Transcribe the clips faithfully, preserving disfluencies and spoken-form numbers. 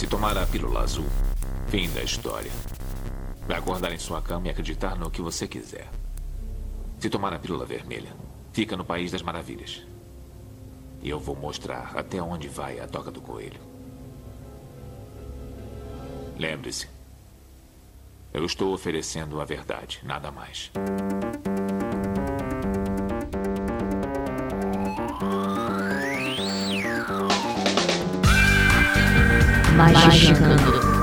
Se tomar a pílula azul, fim da história. Vai acordar em sua cama e acreditar no que você quiser. Se tomar a pílula vermelha, fica no País das Maravilhas. E eu vou mostrar até onde vai a toca do coelho. Lembre-se, eu estou oferecendo a verdade, nada mais. Magicando.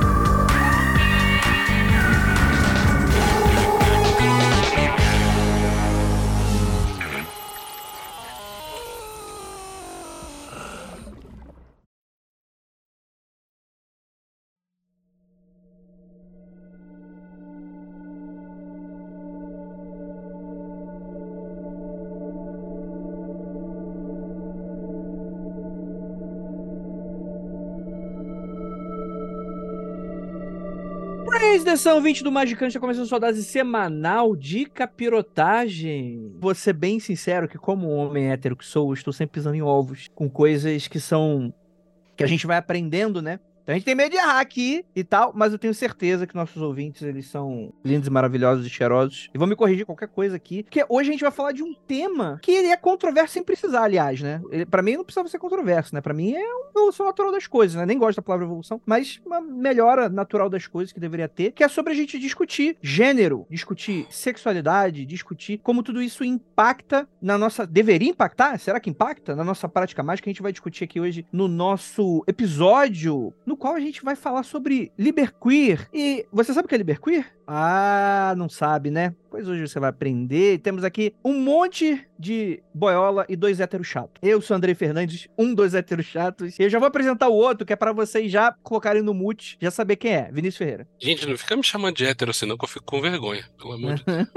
Edição vinte do Magicante está começando sua dose semanal de capirotagem. Vou ser bem sincero que, como um homem hétero que sou, estou sempre pisando em ovos com coisas que são... que a gente vai aprendendo, né? Então a gente tem medo de errar aqui e tal, mas eu tenho certeza que nossos ouvintes, eles são lindos e maravilhosos e cheirosos. E vão me corrigir qualquer coisa aqui, porque hoje a gente vai falar de um tema que ele é controverso sem precisar, aliás, né? Ele, pra mim não precisa ser controverso, né? Pra mim é uma evolução natural das coisas, né? Nem gosto da palavra evolução, mas uma melhora natural das coisas que deveria ter, que é sobre a gente discutir gênero, discutir sexualidade, discutir como tudo isso impacta na nossa... Deveria impactar? Será que impacta? Na nossa prática mágica, a gente vai discutir aqui hoje no nosso episódio, no qual a gente vai falar sobre liberqueer. E você sabe o que é liberqueer? Ah, não sabe, né? Pois hoje você vai aprender. Temos aqui um monte de boiola e dois héteros chatos. Eu sou Andrei Fernandes, um dos héteros chatos. E eu já vou apresentar o outro, que é pra vocês já colocarem no mute, já saber quem é. Vinícius Ferreira. Gente, não fica me chamando de hétero assim, não, que eu fico com vergonha. Pelo amor de Deus.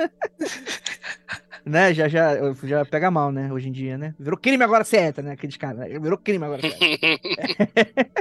Né, já, já, já pega mal, né, hoje em dia, né? Virou crime agora ser hétero, né, aqueles caras. Virou crime agora ser hétero.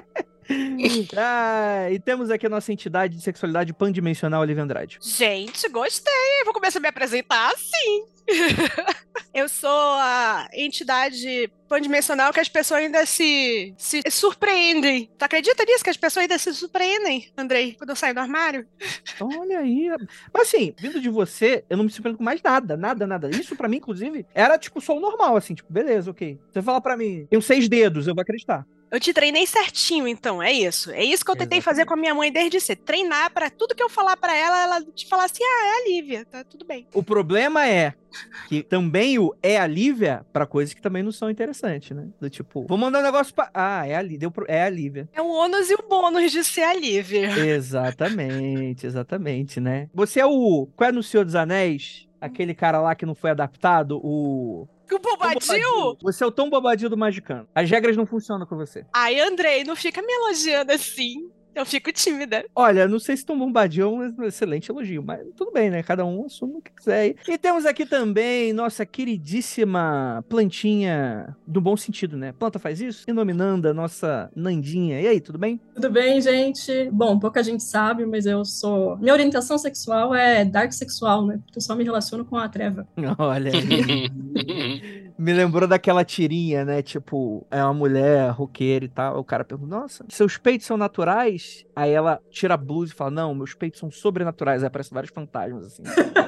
Ah, e temos aqui a nossa entidade de sexualidade pandimensional, Olivia Andrade. Gente, gostei. Vou começar a me apresentar assim. Eu sou a entidade pandimensional que as pessoas ainda se, se surpreendem. Tu acredita nisso? Que as pessoas ainda se surpreendem, Andrei, quando eu saio do armário? Olha aí. Mas assim, vindo de você, eu não me surpreendo com mais nada, nada, nada. Isso pra mim, inclusive, era tipo só o normal, assim, tipo, beleza, ok. Você fala pra mim, tenho seis dedos, eu vou acreditar. Eu te treinei certinho, então, é isso. É isso que eu tentei Exatamente. fazer com a minha mãe desde cedo. Treinar pra tudo que eu falar pra ela, ela te falar assim, ah, é a Lívia, tá tudo bem. O problema é que também o é a Lívia pra coisas que também não são interessantes, né? Do tipo, vou mandar um negócio pra... Ah, é a, Lí- deu pro... é a Lívia. É o ônus e o bônus de ser a Lívia. Exatamente, exatamente, né? Você é o... Qual é no Senhor dos Anéis? Aquele cara lá que não foi adaptado, o... O Bobadil? Você é o Tom Bobadil do Magicano. As regras não funcionam com você. Ai, Andrei, não fica me elogiando assim. Eu fico tímida. Olha, não sei se Tom Bombadil é um excelente elogio, mas tudo bem, né? Cada um assume o que quiser aí. E temos aqui também nossa queridíssima plantinha, do bom sentido, né? Planta faz isso? Inominanda, nossa Nandinha. E aí, tudo bem? Tudo bem, gente? Bom, pouca gente sabe, mas eu sou... Minha orientação sexual é dark sexual, né? Porque eu só me relaciono com a treva. Olha aí. Me lembrou daquela tirinha, né? Tipo, é uma mulher roqueira e tal. O cara pergunta, nossa, seus peitos são naturais? Aí ela tira a blusa e fala, não, meus peitos são sobrenaturais. Aí aparecem vários fantasmas, assim.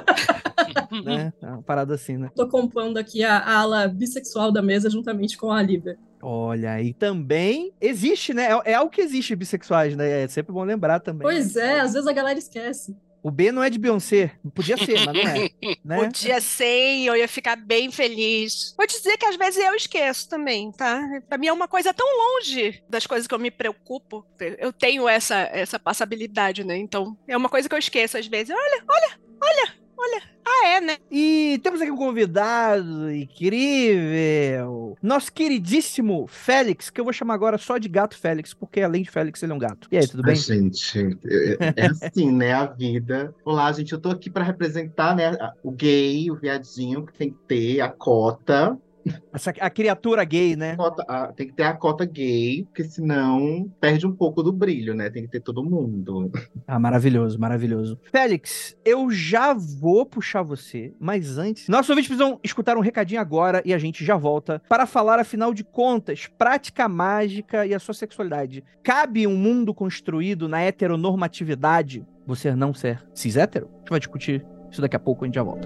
Né? É uma parada assim, né? Tô compondo aqui a ala bissexual da mesa juntamente com a Lívia. Olha, aí também existe, né? É, é algo que existe bissexuais, né? É sempre bom lembrar também. Pois é, às vezes a galera esquece. O B não é de Beyoncé. Podia ser, mas não é. Né? Podia ser, eu ia ficar bem feliz. Vou dizer que às vezes eu esqueço também, tá? Pra mim é uma coisa tão longe das coisas que eu me preocupo. Eu tenho essa, essa passabilidade, né? Então, é uma coisa que eu esqueço às vezes. Olha, olha, olha, olha. Ah, é, né? E temos aqui um convidado incrível. Nosso queridíssimo Félix, que eu vou chamar agora só de Gato Félix, porque além de Félix, ele é um gato. E aí, tudo bem? Ai, gente, é, é assim, né, a vida. Olá, gente, eu tô aqui pra representar, né, o gay, o viadinho que tem que ter, a cota, Essa, a criatura gay, né? Cota- a- tem que ter a cota gay, porque senão perde um pouco do brilho, né? Tem que ter todo mundo. Ah, maravilhoso, maravilhoso. Félix, eu já vou puxar você, mas antes, nossos ouvintes precisam escutar um recadinho agora e a gente já volta para falar, afinal de contas, prática mágica e a sua sexualidade. Cabe um mundo construído na heteronormatividade você não ser cis hétero? A gente vai discutir isso daqui a pouco, a gente já volta.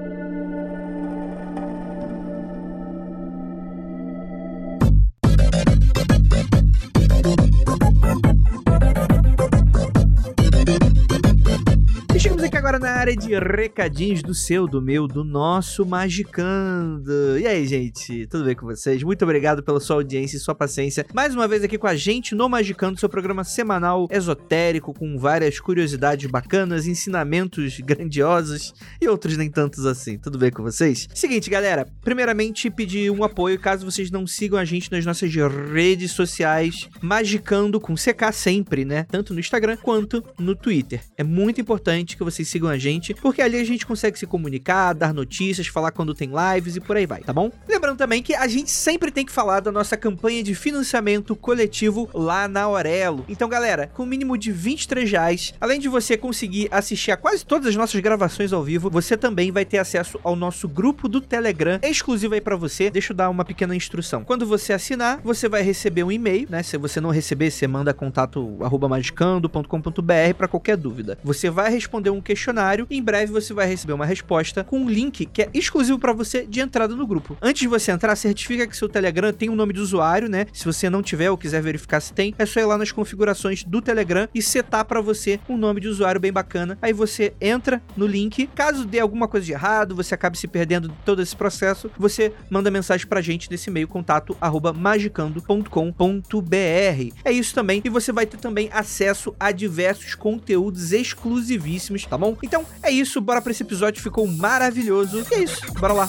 E chegamos aqui agora na área de recadinhos do seu, do meu, do nosso Magicando. E aí, gente? Tudo bem com vocês? Muito obrigado pela sua audiência e sua paciência. Mais uma vez aqui com a gente no Magicando, seu programa semanal esotérico, com várias curiosidades bacanas, ensinamentos grandiosos e outros nem tantos assim. Tudo bem com vocês? Seguinte, galera. Primeiramente, pedir um apoio caso vocês não sigam a gente nas nossas redes sociais, Magicando com C K sempre, né? Tanto no Instagram quanto no Twitter. É muito importante que vocês sigam a gente, porque ali a gente consegue se comunicar, dar notícias, falar quando tem lives e por aí vai, tá bom? Lembrando também que a gente sempre tem que falar da nossa campanha de financiamento coletivo lá na Aurelo. Então, galera, com o mínimo de vinte e três reais, além de você conseguir assistir a quase todas as nossas gravações ao vivo, você também vai ter acesso ao nosso grupo do Telegram, exclusivo aí pra você. Deixa eu dar uma pequena instrução. Quando você assinar, você vai receber um e-mail, né? Se você não receber, você manda contato arroba magicando ponto com ponto b r pra qualquer dúvida. Você vai responder um questionário e em breve você vai receber uma resposta com um link que é exclusivo para você de entrada no grupo. Antes de você entrar, certifica que seu Telegram tem um nome de usuário, né? Se você não tiver ou quiser verificar se tem, é só ir lá nas configurações do Telegram e setar para você um nome de usuário bem bacana. Aí você entra no link. Caso dê alguma coisa de errado, você acabe se perdendo de todo esse processo, você manda mensagem pra gente nesse e-mail, contato arroba magicando ponto com ponto b r. É isso também. E você vai ter também acesso a diversos conteúdos exclusivíssimos, tá bom? Então é isso, bora pra esse episódio, ficou maravilhoso. E é isso, bora lá.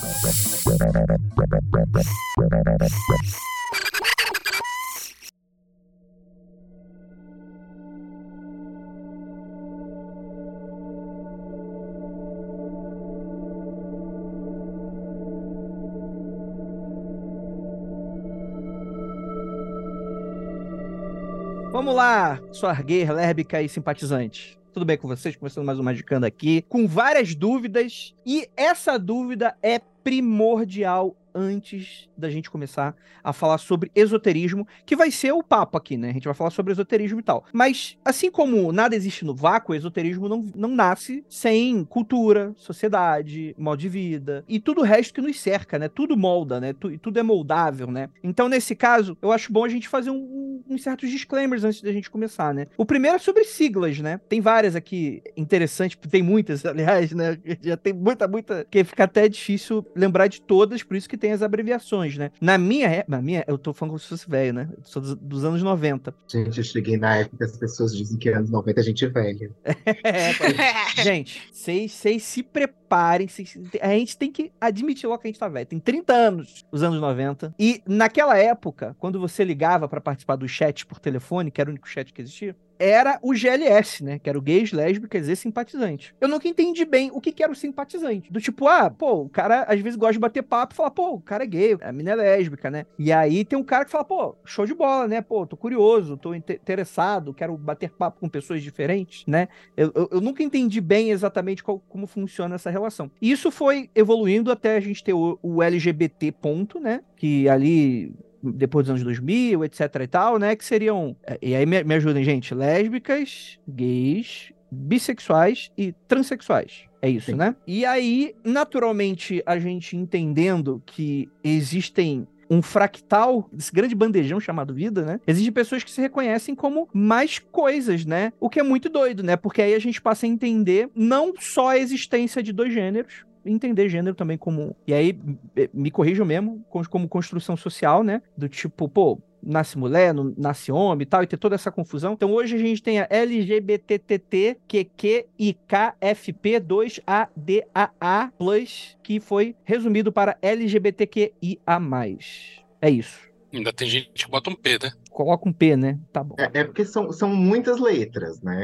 Vamos lá, sua gay, lésbica e simpatizante. Tudo bem com vocês? Começando mais um Magicando aqui, com várias dúvidas, e essa dúvida é primordial antes da gente começar a falar sobre esoterismo, que vai ser o papo aqui, né? A gente vai falar sobre esoterismo e tal. Mas, assim como nada existe no vácuo, o esoterismo não, não nasce sem cultura, sociedade, modo de vida e tudo o resto que nos cerca, né? Tudo molda, né? Tu, tudo é moldável, né? Então, nesse caso, eu acho bom a gente fazer um, um, uns certos disclaimers antes da gente começar, né? O primeiro é sobre siglas, né? Tem várias aqui interessantes, tem muitas, aliás, né? Já tem muita, muita, que fica até difícil lembrar de todas, por isso que tem as abreviações, né? Na minha, na minha, eu tô falando como se fosse velho, né? Eu sou dos, dos anos noventa. Gente, eu cheguei na época que as pessoas dizem que anos noventa a gente é velha. É, pode... Gente, vocês se preparem, cês, a gente tem que admitir logo que a gente tá velho. Tem trinta anos, os anos noventa. E naquela época, quando você ligava pra participar do chat por telefone, que era o único chat que existia, era o G L S, né? Que era o gays, lésbicas e simpatizante. Eu nunca entendi bem o que, que era o simpatizante. Do tipo, ah, pô, o cara às vezes gosta de bater papo e fala, pô, o cara é gay, a mina é lésbica, né? E aí tem um cara que fala, pô, show de bola, né? Pô, tô curioso, tô interessado, quero bater papo com pessoas diferentes, né? Eu, eu, eu nunca entendi bem exatamente qual, como funciona essa relação. Isso foi evoluindo até a gente ter o, o L G B T ponto, né? Que ali... depois dos anos dois mil, etc e tal, né, que seriam, e aí me, me ajudem, gente, lésbicas, gays, bissexuais e transexuais. É isso, sim, né? E aí, naturalmente, a gente entendendo que existem um fractal, esse grande bandejão chamado vida, né? Existem pessoas que se reconhecem como mais coisas, né? O que é muito doido, né? Porque aí a gente passa a entender não só a existência de dois gêneros, entender gênero também como... E aí, me corrijam mesmo, como construção social, né? Do tipo, pô, nasce mulher, não nasce homem e tal, e ter toda essa confusão. Então, hoje a gente tem a L G B T T T Q Q I K F P dois A D A A plus, que foi resumido para L G B T Q I A mais. É isso. Ainda tem gente que bota um P, né? Coloca um P, né? Tá bom. É, é porque são, são muitas letras, né?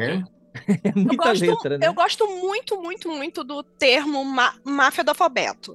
É Eu muita gosto, letra, né? eu gosto muito, muito, muito do termo ma- máfia do alfabeto.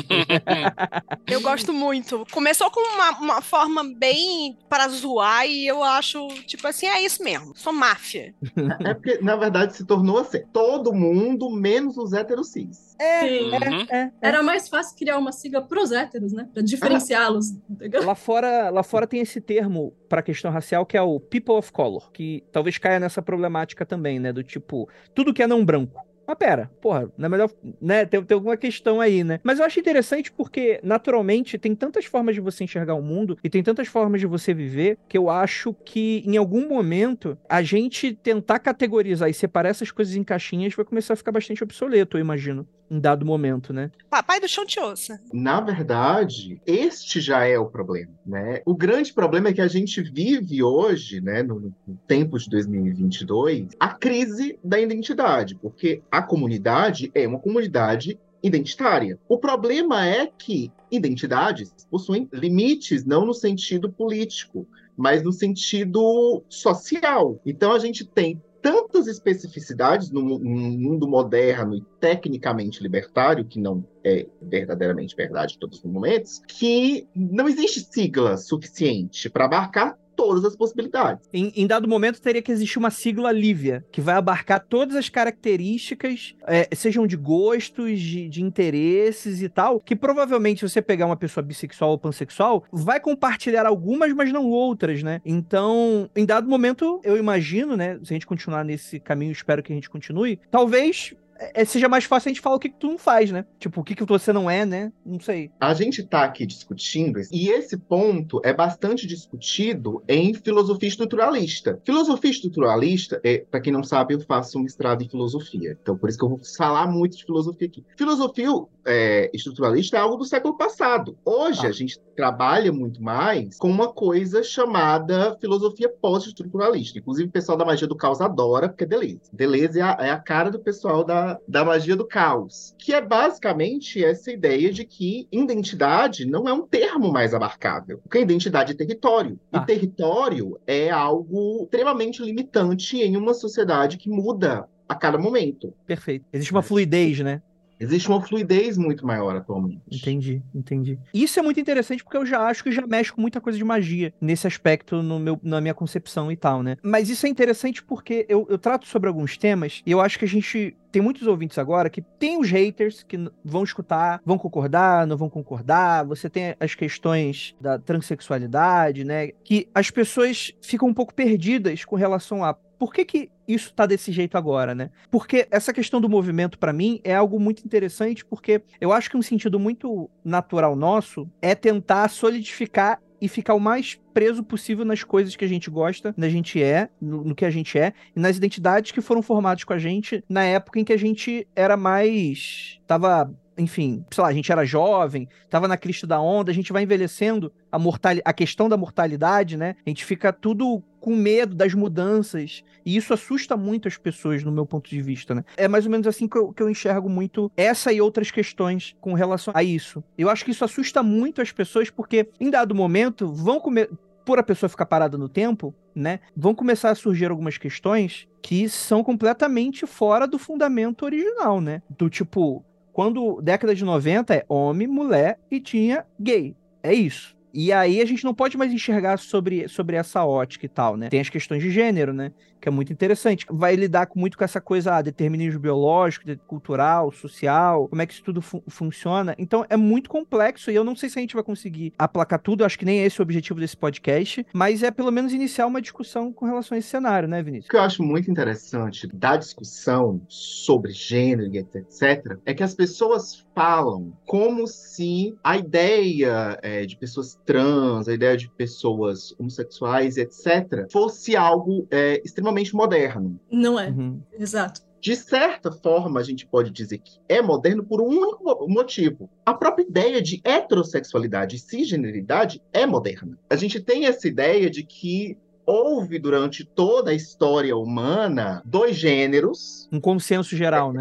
Eu gosto muito. Começou com uma, uma forma bem para zoar e eu acho, tipo assim, é isso mesmo. Sou máfia. É porque, na verdade, se tornou assim: todo mundo, menos os héteros cis. É, Sim. Uhum. é, é. Era mais fácil criar uma sigla pros héteros, né? Pra diferenciá-los, entendeu? Lá fora, lá fora tem esse termo para questão racial que é o people of color, que talvez caia nessa problemática também, né? Do tipo, tudo que é não branco. Mas pera, porra, não é melhor, né? Tem, tem alguma questão aí, né? Mas eu acho interessante porque, naturalmente, tem tantas formas de você enxergar o mundo e tem tantas formas de você viver que eu acho que, em algum momento, a gente tentar categorizar e separar essas coisas em caixinhas vai começar a ficar bastante obsoleto, eu imagino, em dado momento, né? Papai do chão te ouça. Na verdade, este já é o problema, né? O grande problema é que a gente vive hoje, né, no, no tempo de dois mil e vinte e dois, a crise da identidade, porque a comunidade é uma comunidade identitária. O problema é que identidades possuem limites, não no sentido político, mas no sentido social. Então a gente tem tantas especificidades no, no mundo moderno e tecnicamente libertário, que não é verdadeiramente verdade em todos os momentos, que não existe sigla suficiente para abarcar todas as possibilidades. Em, em dado momento, teria que existir uma sigla Lívia, que vai abarcar todas as características, é, sejam de gostos, de, de interesses e tal, que provavelmente, se você pegar uma pessoa bissexual ou pansexual, vai compartilhar algumas, mas não outras, né? Então, em dado momento, eu imagino, né? Se a gente continuar nesse caminho, espero que a gente continue, talvez é, seja mais fácil a gente falar o que, que tu não faz, né? Tipo, o que, que você não é, né? Não sei. A gente está aqui discutindo, e esse ponto é bastante discutido em filosofia estruturalista. Filosofia estruturalista, é, para quem não sabe, eu faço um mestrado em filosofia, então por isso que eu vou falar muito de filosofia aqui. Filosofia é, estruturalista é algo do século passado. Hoje Ah. a gente trabalha muito mais com uma coisa chamada filosofia pós-estruturalista. Inclusive o pessoal da magia do caos adora, porque é Deleuze. Deleuze é a, é a cara do pessoal da da magia do caos, que é basicamente essa ideia de que identidade não é um termo mais abarcável, porque identidade é território, Ah. e território é algo extremamente limitante em uma sociedade que muda a cada momento. Perfeito. Existe uma fluidez, né? Existe uma fluidez muito maior atualmente. Entendi, entendi. Isso é muito interessante porque eu já acho que já mexe com muita coisa de magia nesse aspecto no meu, na minha concepção e tal, né? Mas isso é interessante porque eu, eu trato sobre alguns temas e eu acho que a gente tem muitos ouvintes agora que tem os haters que vão escutar, vão concordar, não vão concordar. Você tem as questões da transexualidade, né? Que as pessoas ficam um pouco perdidas com relação a por que que isso tá desse jeito agora, né? Porque essa questão do movimento, pra mim, é algo muito interessante, porque eu acho que um sentido muito natural nosso é tentar solidificar e ficar o mais preso possível nas coisas que a gente gosta, na gente é, no, no que a gente é, e nas identidades que foram formadas com a gente na época em que a gente era mais... tava... enfim, sei lá, a gente era jovem, tava na crista da onda, a gente vai envelhecendo, a, mortali- a questão da mortalidade, né? A gente fica tudo com medo das mudanças, e isso assusta muito as pessoas, no meu ponto de vista, né? É mais ou menos assim que eu, que eu enxergo muito essa e outras questões com relação a isso. Eu acho que isso assusta muito as pessoas, porque em dado momento vão comer... por a pessoa ficar parada no tempo, né, vão começar a surgir algumas questões que são completamente fora do fundamento original, né? Do tipo, quando década de noventa é homem, mulher e tinha gay. É isso. E aí a gente não pode mais enxergar sobre, sobre essa ótica e tal, né? Tem as questões de gênero, né? Que é muito interessante. Vai lidar com, muito com essa coisa, ah, determinismo biológico, de- cultural, social, como é que isso tudo fu- funciona. Então é muito complexo e eu não sei se a gente vai conseguir aplacar tudo, eu acho que nem esse é o objetivo desse podcast, mas é pelo menos iniciar uma discussão com relação a esse cenário, né, Vinícius? O que eu acho muito interessante da discussão sobre gênero e etcétera é que as pessoas falam como se a ideia é, de pessoas trans, a ideia de pessoas homossexuais, etcétera, fosse algo é, extremamente moderno. Não é, Uhum. exato. De certa forma, a gente pode dizer que é moderno por um único motivo. A própria ideia de heterossexualidade e cisgeneridade é moderna. A gente tem essa ideia de que houve, durante toda a história humana, dois gêneros. Um consenso geral, né?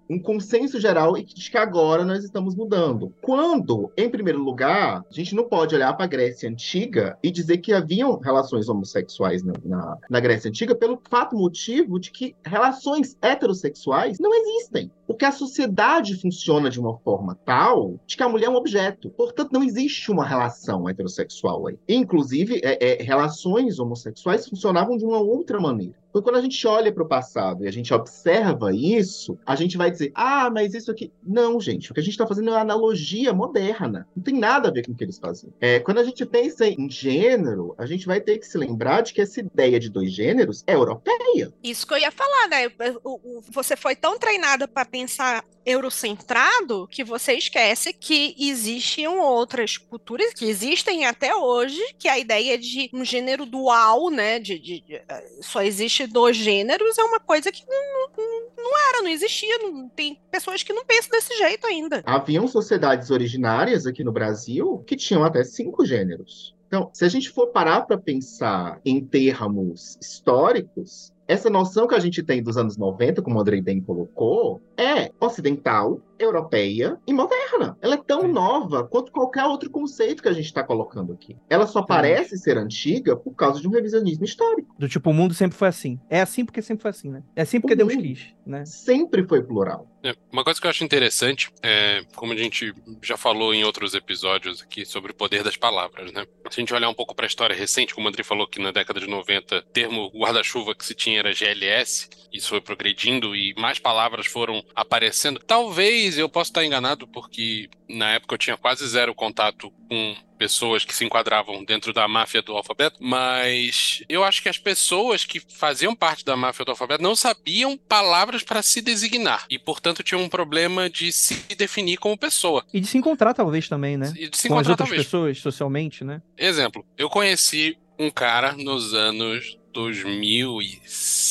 um consenso geral de que agora nós estamos mudando. Quando, em primeiro lugar, a gente não pode olhar para a Grécia Antiga e dizer que haviam relações homossexuais na, na, na Grécia Antiga pelo fato motivo de que relações heterossexuais não existem. Porque a sociedade funciona de uma forma tal de que a mulher é um objeto. Portanto, não existe uma relação heterossexual aí. Inclusive, é, é, relações homossexuais funcionavam de uma outra maneira. Porque quando a gente olha para o passado e a gente observa isso, a gente vai dizer, ah, mas isso aqui... Não, gente, o que a gente está fazendo é uma analogia moderna. Não tem nada a ver com o que eles faziam. É, quando a gente pensa em gênero, a gente vai ter que se lembrar de que essa ideia de dois gêneros é europeia. Isso que eu ia falar, né? O, o, você foi tão treinada para pensar eurocentrado que você esquece que existiam outras culturas, que existem até hoje, que a ideia de um gênero dual, né? De, de, de só existe dois gêneros, é uma coisa que não, não, não era, não existia. Não, tem pessoas que não pensam desse jeito ainda. Haviam sociedades originárias aqui no Brasil que tinham até cinco gêneros. Então, se a gente for parar para pensar em termos históricos, essa noção que a gente tem dos anos noventa, como o Andrei bem colocou, é ocidental, europeia e moderna. Ela é tão nova quanto qualquer outro conceito que a gente está colocando aqui. Ela só parece ser antiga por causa de um revisionismo histórico. Do tipo, o mundo sempre foi assim. É assim porque sempre foi assim, né? É assim porque O Deus mundo quis, né? Sempre foi plural. É, uma coisa que eu acho interessante é, como a gente já falou em outros episódios aqui sobre o poder das palavras, né? Se a gente olhar um pouco para a história recente, como o Andrei falou que na década de noventa, o termo guarda-chuva que se tinha era G L S, isso foi progredindo e mais palavras foram aparecendo. Talvez eu possa estar enganado, porque na época eu tinha quase zero contato com pessoas que se enquadravam dentro da máfia do alfabeto, mas eu acho que as pessoas que faziam parte da máfia do alfabeto não sabiam palavras para se designar e, portanto, tinham um problema de se definir como pessoa. E de se encontrar, talvez, também, né? E de se Com as encontrar, outras talvez. pessoas, socialmente, né? Exemplo, eu conheci um cara nos anos dois mil e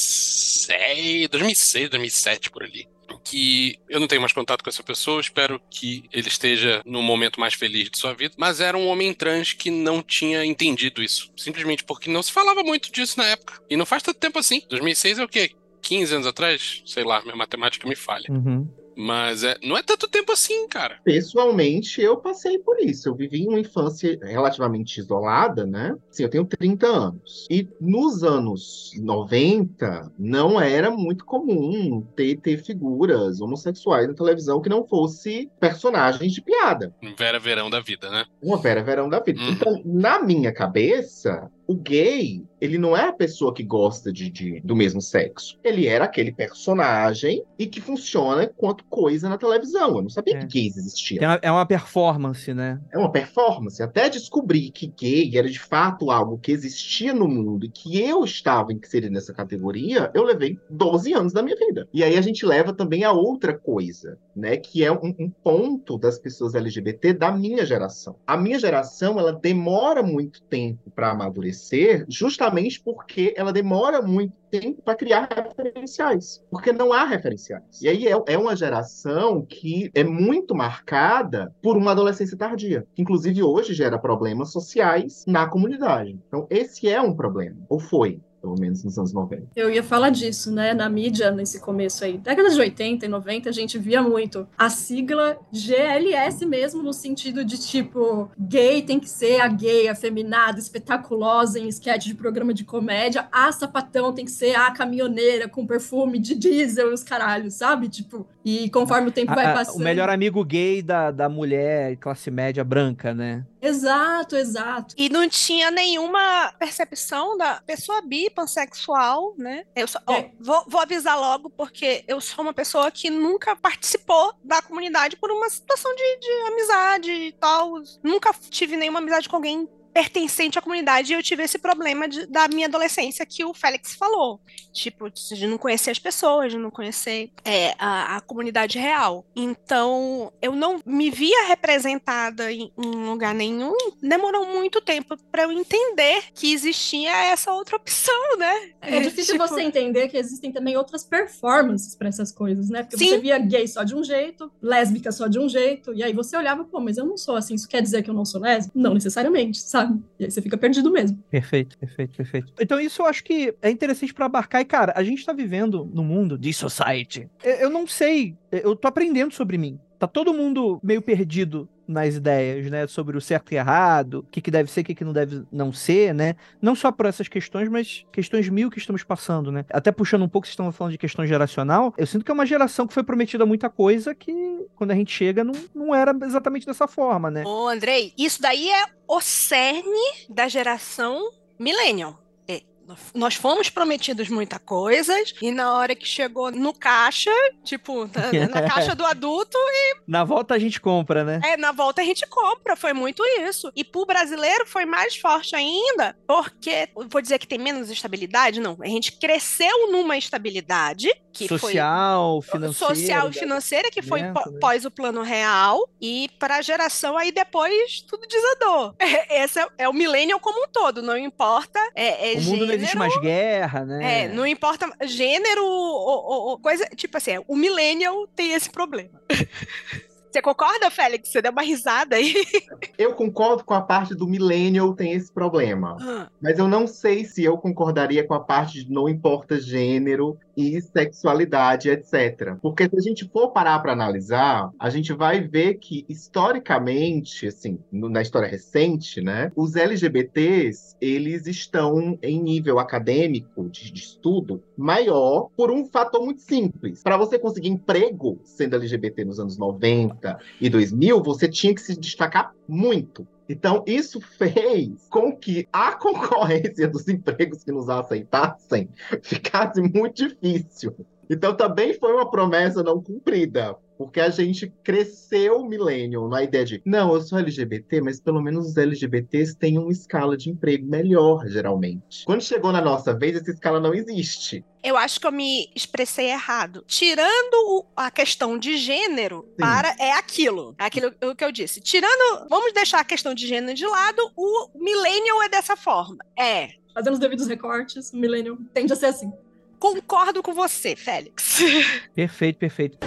seis, dois mil e seis, dois mil e sete, por ali, que eu não tenho mais contato com essa pessoa, espero que ele esteja no momento mais feliz de sua vida, mas era um homem trans que não tinha entendido isso, simplesmente porque não se falava muito disso na época, e não faz tanto tempo assim. dois mil e seis é o quê? quinze anos atrás? Sei lá, minha matemática me falha. Uhum. Mas é, não é tanto tempo assim, cara. Pessoalmente, eu passei por isso. Eu vivi uma infância relativamente isolada, né? Sim, eu tenho trinta anos. E nos anos noventa, não era muito comum ter, ter figuras homossexuais na televisão que não fosse personagens de piada. Vera Verão da vida, né? Uma Vera Verão da vida. Uhum. Então, na minha cabeça, o gay, ele não é a pessoa que gosta de, de, do mesmo sexo. Ele era aquele personagem e que funciona enquanto coisa na televisão. Eu não sabia É. que gays existiam. Tem uma- é uma performance, né? É uma performance. Até descobrir que gay era de fato algo que existia no mundo e que eu estava inserido nessa categoria, eu levei doze anos da minha vida. E aí a gente leva também a outra coisa, né? Que é um, um ponto das pessoas L G B T da minha geração. A minha geração, ela demora muito tempo para amadurecer, justamente porque ela demora muito tempo para criar referenciais. Porque não há referenciais. E aí é, é uma geração que é muito marcada por uma adolescência tardia. Que, inclusive, hoje gera problemas sociais na comunidade. Então, esse é um problema. Ou foi, pelo menos nos anos noventa. Eu ia falar disso, né, na mídia, nesse começo aí. Década de oitenta e noventa, a gente via muito a sigla G L S mesmo, no sentido de, tipo, gay tem que ser a gay, afeminada, espetaculosa em sketch de programa de comédia, a sapatão tem que ser a caminhoneira com perfume de diesel e os caralhos, sabe? Tipo, e conforme o tempo A- vai a- passando... o melhor amigo gay da, da mulher classe média branca, né? Exato, exato. E não tinha nenhuma percepção da pessoa bi, pansexual, né? Eu só, ó, É. vou, vou avisar logo, porque eu sou uma pessoa que nunca participou da comunidade por uma situação de, de amizade e tal. Nunca tive nenhuma amizade com alguém pertencente à comunidade, e eu tive esse problema de- da minha adolescência que o Félix falou. Tipo, de não conhecer as pessoas, de não conhecer é, a, a comunidade real. Então, eu não me via representada em, em lugar nenhum. Demorou muito tempo para eu entender que existia essa outra opção, né? É difícil tipo, você entender que existem também outras performances para essas coisas, né? Porque Sim. você via gay só de um jeito, lésbica só de um jeito, e aí você olhava, pô, mas eu não sou assim, isso quer dizer que eu não sou lésbica? Não necessariamente, sabe? sabe? E aí você fica perdido mesmo. Perfeito, perfeito, perfeito. Então isso eu acho que é interessante pra abarcar. E, cara, a gente tá vivendo no mundo de society. Eu, eu não sei, eu tô aprendendo sobre mim. Tá todo mundo meio perdido nas ideias, né? Sobre o certo e errado, o que, que deve ser, o que, que não deve não ser, né? Não só por essas questões, mas questões mil que estamos passando, né? Até puxando um pouco, vocês estão falando de questão geracional, eu sinto que é uma geração que foi prometida muita coisa que, quando a gente chega, não, não era exatamente dessa forma, né? Ô, Andrei, isso daí é o cerne da geração millennial. É, nós fomos prometidos muita coisa e na hora que chegou no caixa, tipo, na, na caixa do adulto, Na volta a gente compra, né? é, na volta a gente compra, foi muito isso. E pro brasileiro foi mais forte ainda, porque, vou dizer que tem menos estabilidade? Não, a gente cresceu numa estabilidade que Social, foi financeira. social e financeira, que foi dentro, pó- né? pós o plano real, e para a geração aí depois tudo desandou. Esse é, é o millennial como um todo, não importa é, é O mundo não existe gênero, mais guerra, né? é, não importa gênero ou, ou- ou coisa, tipo assim, o millennial tem esse problema. Você concorda, Félix? Você deu uma risada aí. Eu concordo com a parte do millennial tem esse problema. Ah, Mas eu não sei se eu concordaria com a parte de não importa gênero e sexualidade, etcétera. Porque se a gente for parar para analisar, a gente vai ver que, historicamente, assim, no- na história recente, né, os L G B Ts, eles estão em nível acadêmico, de, de estudo, maior por um fator muito simples. Para você conseguir emprego sendo L G B T nos anos noventa e dois mil, você tinha que se destacar muito. Então, isso fez com que a concorrência dos empregos que nos aceitassem ficasse muito difícil. Então, também foi uma promessa não cumprida, porque a gente cresceu o millennial na ideia de, não, eu sou L G B T, mas pelo menos os L G B Ts têm uma escala de emprego melhor, geralmente. Quando chegou na nossa vez, essa escala não existe. eu acho que eu me expressei errado. Tirando o- a questão de gênero, Sim. para é aquilo. É aquilo o que eu disse. Tirando, vamos deixar a questão de gênero de lado, o millennial é dessa forma. É. Fazendo os devidos recortes, o millennial tende a ser assim. Concordo com você, Félix. Perfeito, perfeito.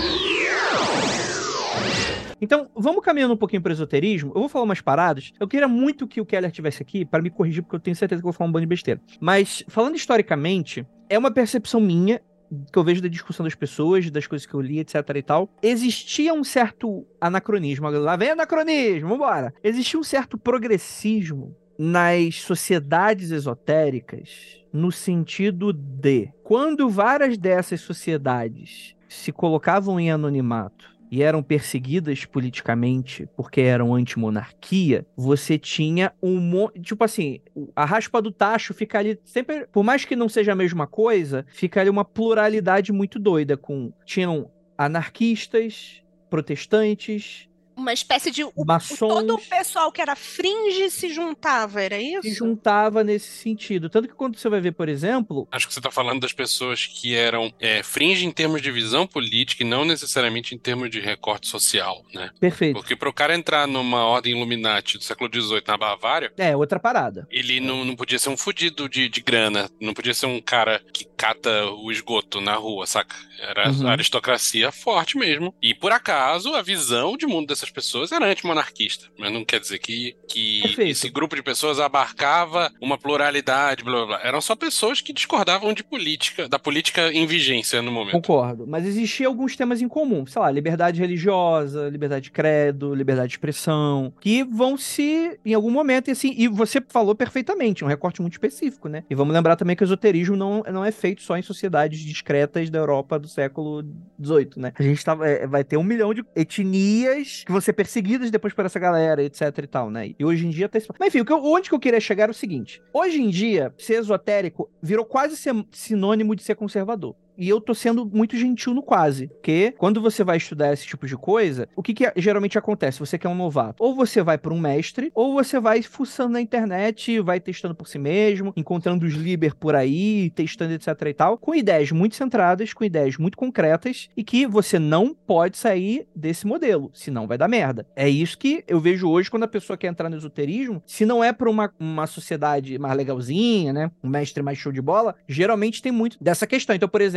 Então, vamos caminhando um pouquinho para o esoterismo. Eu vou falar umas paradas. Eu queria muito que o Keller tivesse aqui para me corrigir, porque eu tenho certeza que eu vou falar um bando de besteira. Mas, falando historicamente, é uma percepção minha, que eu vejo da discussão das pessoas, das coisas que eu li, etc e tal. Existia um certo anacronismo. Lá vem anacronismo, vambora. Existia um certo progressismo nas sociedades esotéricas, no sentido de, quando várias dessas sociedades se colocavam em anonimato e eram perseguidas politicamente porque eram antimonarquia, você tinha um monte... Tipo assim, a raspa do tacho fica ali sempre... Por mais que não seja a mesma coisa, fica ali uma pluralidade muito doida com... Tinham anarquistas, protestantes, Uma espécie de... O, o- maçons... todo o pessoal que era fringe se juntava, era isso? se juntava nesse sentido. Tanto que quando você vai ver, por exemplo... Acho que você está falando das pessoas que eram é, fringe em termos de visão política e não necessariamente em termos de recorte social, né? Perfeito. Porque para o cara entrar numa ordem Illuminati do século dezoito na Bavária, É, outra parada. ele não, não podia ser um fudido de, de grana, não podia ser um cara que cata o esgoto na rua, saca? Era Uhum. a aristocracia forte mesmo. E por acaso, a visão de mundo dessas pessoas era antimonarquista. Mas não quer dizer que, que Perfeito. esse grupo de pessoas abarcava uma pluralidade, blá blá blá. Eram só pessoas que discordavam de política, da política em vigência no momento. Concordo. Mas existiam alguns temas em comum. Sei lá, liberdade religiosa, liberdade de credo, liberdade de expressão, que vão se, em algum momento, e assim, e você falou perfeitamente, um recorte muito específico, né? E vamos lembrar também que o esoterismo não, não é feito só em sociedades discretas da Europa do século dezoito, né? A gente tá, é, vai ter um milhão de etnias que vão ser perseguidas depois por essa galera, etc e tal, né? E hoje em dia tá esse... Mas enfim, o que eu, onde que eu queria chegar era o seguinte. Hoje em dia, ser esotérico virou quase ser sinônimo de ser conservador. E eu tô sendo muito gentil no quase, porque quando você vai estudar esse tipo de coisa, o que, que geralmente acontece? Você que é um novato, ou você vai para um mestre, ou você vai fuçando na internet, vai testando por si mesmo, encontrando os liber por aí, testando etc e tal, com ideias muito centradas, com ideias muito concretas, e que você não pode sair desse modelo, senão vai dar merda. É isso que eu vejo hoje quando a pessoa quer entrar no esoterismo, se não é para uma, uma sociedade mais legalzinha, né, um mestre mais show de bola, geralmente tem muito dessa questão. Então, por exemplo,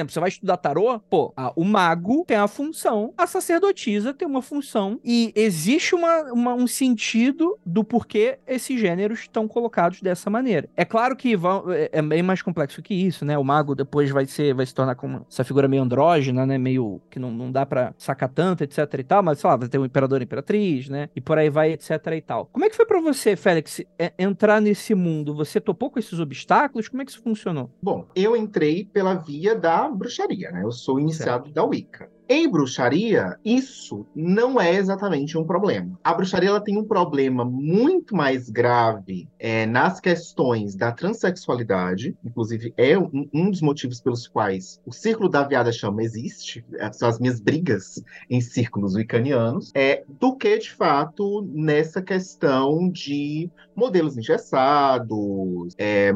exemplo, você vai estudar tarô, pô, a, o mago tem a função, a sacerdotisa tem uma função, e existe uma, uma, um sentido do porquê esses gêneros estão colocados dessa maneira. É claro que vão, é, é bem mais complexo que isso, né? O mago depois vai ser, vai se tornar como essa figura meio andrógena, né? Meio que não, não dá pra sacar tanto, etc e tal, mas sei lá, vai ter um imperador e imperatriz, né? E por aí vai, etc e tal. Como é que foi pra você, Félix, é, entrar nesse mundo? Você topou com esses obstáculos? Como é que isso funcionou? Bom, eu entrei pela via da bruxaria, né? Eu sou iniciado da Wicca. Em bruxaria, isso não é exatamente um problema. A bruxaria ela tem um problema muito mais grave é, nas questões da transexualidade. Inclusive, é um, um dos motivos pelos quais o Círculo da Viada Chama existe. São as minhas brigas em círculos wiccanianos. É, do que, de fato, nessa questão de modelos engessados, é,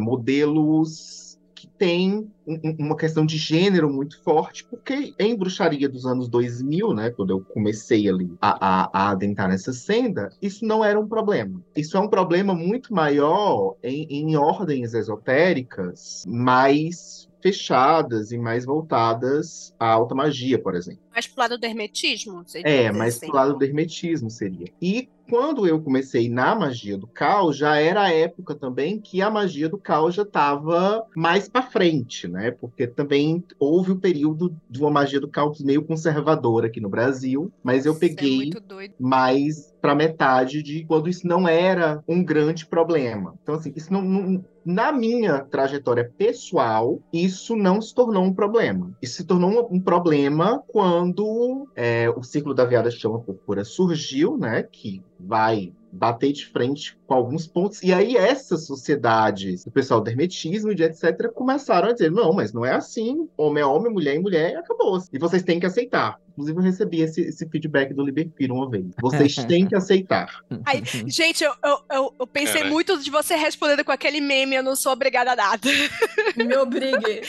modelos que têm uma questão de gênero muito forte, porque em bruxaria dos anos dois mil, né, quando eu comecei ali a, a, a adentrar nessa senda, isso não era um problema. Isso é um problema muito maior em, em ordens esotéricas, mais fechadas e mais voltadas à alta magia, por exemplo. Mais pro lado do hermetismo? É, mais pro lado do hermetismo seria. E quando eu comecei na magia do caos, já era a época também que a magia do caos já estava mais para frente, né? Porque também houve o período de uma magia do caos meio conservadora aqui no Brasil, mas eu peguei é mais para metade de quando isso não era um grande problema. Então, assim, isso não, não na minha trajetória pessoal, isso não se tornou um problema. Isso se tornou um, um problema quando é, o Círculo da Viada Chama Púrpura surgiu, né? Que vai bater de frente com alguns pontos. E aí essas sociedades, o pessoal do hermetismo e etcétera, começaram a dizer, não, mas não é assim. Homem é homem, mulher é mulher, e acabou. E vocês têm que aceitar. Inclusive, eu recebi esse, esse feedback do Liberpiro uma vez. Vocês têm que aceitar. Ai, gente, eu, eu, eu, eu pensei Caralho. muito de você respondendo com aquele meme, eu não sou obrigada a nada. Me obrigue.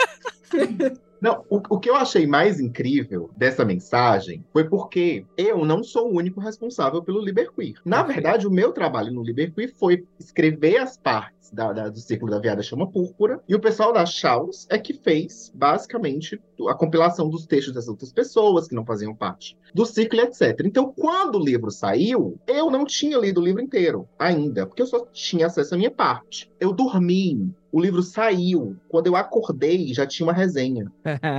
Não, o, o que eu achei mais incrível dessa mensagem foi porque eu não sou o único responsável pelo Liberqueer. Na verdade, o meu trabalho no Liberqueer foi escrever as partes da, da, do Círculo da Viada Chama Púrpura, e o pessoal da Chaos é que fez, basicamente, a compilação dos textos das outras pessoas que não faziam parte do círculo, etcétera. Então, quando o livro saiu, eu não tinha lido o livro inteiro ainda, porque eu só tinha acesso à minha parte. Eu dormi, o livro saiu. Quando eu acordei, já tinha uma resenha.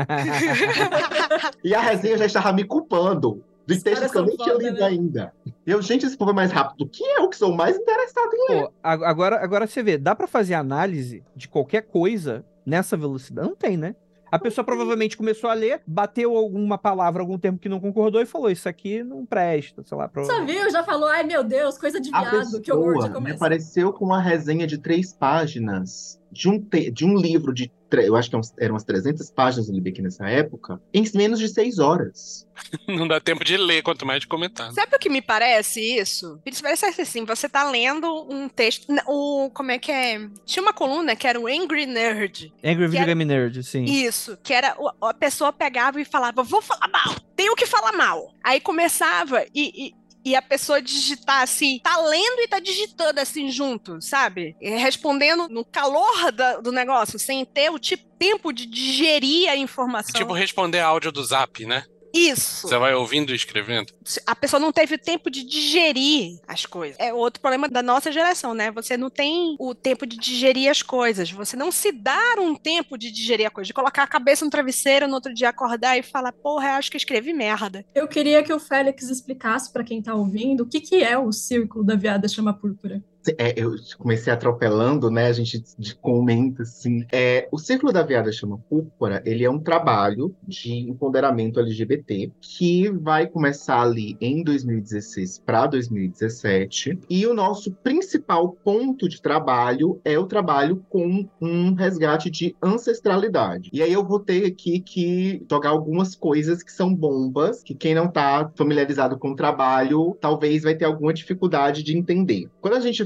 E a resenha já estava me culpando de Os textos caras que eu são nem tinha foda, lido né? ainda. Eu, gente, esse povo é mais rápido do que eu, que sou mais interessado em ler. Pô, a- agora, agora você vê, dá pra fazer análise de qualquer coisa nessa velocidade? Não tem, né? A pessoa provavelmente começou a ler, bateu alguma palavra, algum termo que não concordou e falou, isso aqui não presta, sei lá. Só Provavelmente. viu, já falou, ai meu Deus, coisa de A viado, que horror, já pessoa me começa. apareceu com uma resenha de três páginas de um, te- de um livro de, tre- eu acho que eram umas trezentas páginas do Libeck nessa época, em menos de seis horas. Não dá tempo de ler, quanto mais de comentar. Sabe o que me parece isso? Me parece assim, você tá lendo um texto, o, como é que é? Tinha uma coluna que era o Angry Nerd. Angry Que Video era- Game Nerd, sim. Isso, que era, o- a pessoa pegava e falava, vou falar mal, tenho que falar mal. Aí começava e... e E a pessoa digitar assim, tá lendo e tá digitando assim junto, sabe? E respondendo no calor da- do negócio, sem ter o tipo, tempo de digerir a informação. Tipo responder áudio do Zap, né? Isso. Você vai ouvindo e escrevendo. A pessoa não teve tempo de digerir as coisas. É outro problema da nossa geração, né? Você não tem o tempo de digerir as coisas. Você não se dá um tempo de digerir a coisa, de colocar a cabeça no travesseiro no outro dia acordar e falar, porra, eu acho que eu escrevi merda. Eu queria que o Félix explicasse pra quem tá ouvindo o que, que é o Círculo da Viada Chama Púrpura. É, eu comecei atropelando, né? A gente de- comenta assim. É, o Círculo da Viada Chama Púrpura, ele é um trabalho de empoderamento L G B T que vai começar ali em dois mil e dezesseis para dois mil e dezessete. E o nosso principal ponto de trabalho é o trabalho com um resgate de ancestralidade. E aí eu vou ter aqui que jogar algumas coisas que são bombas, que quem não está familiarizado com o trabalho talvez vai ter alguma dificuldade de entender. Quando a gente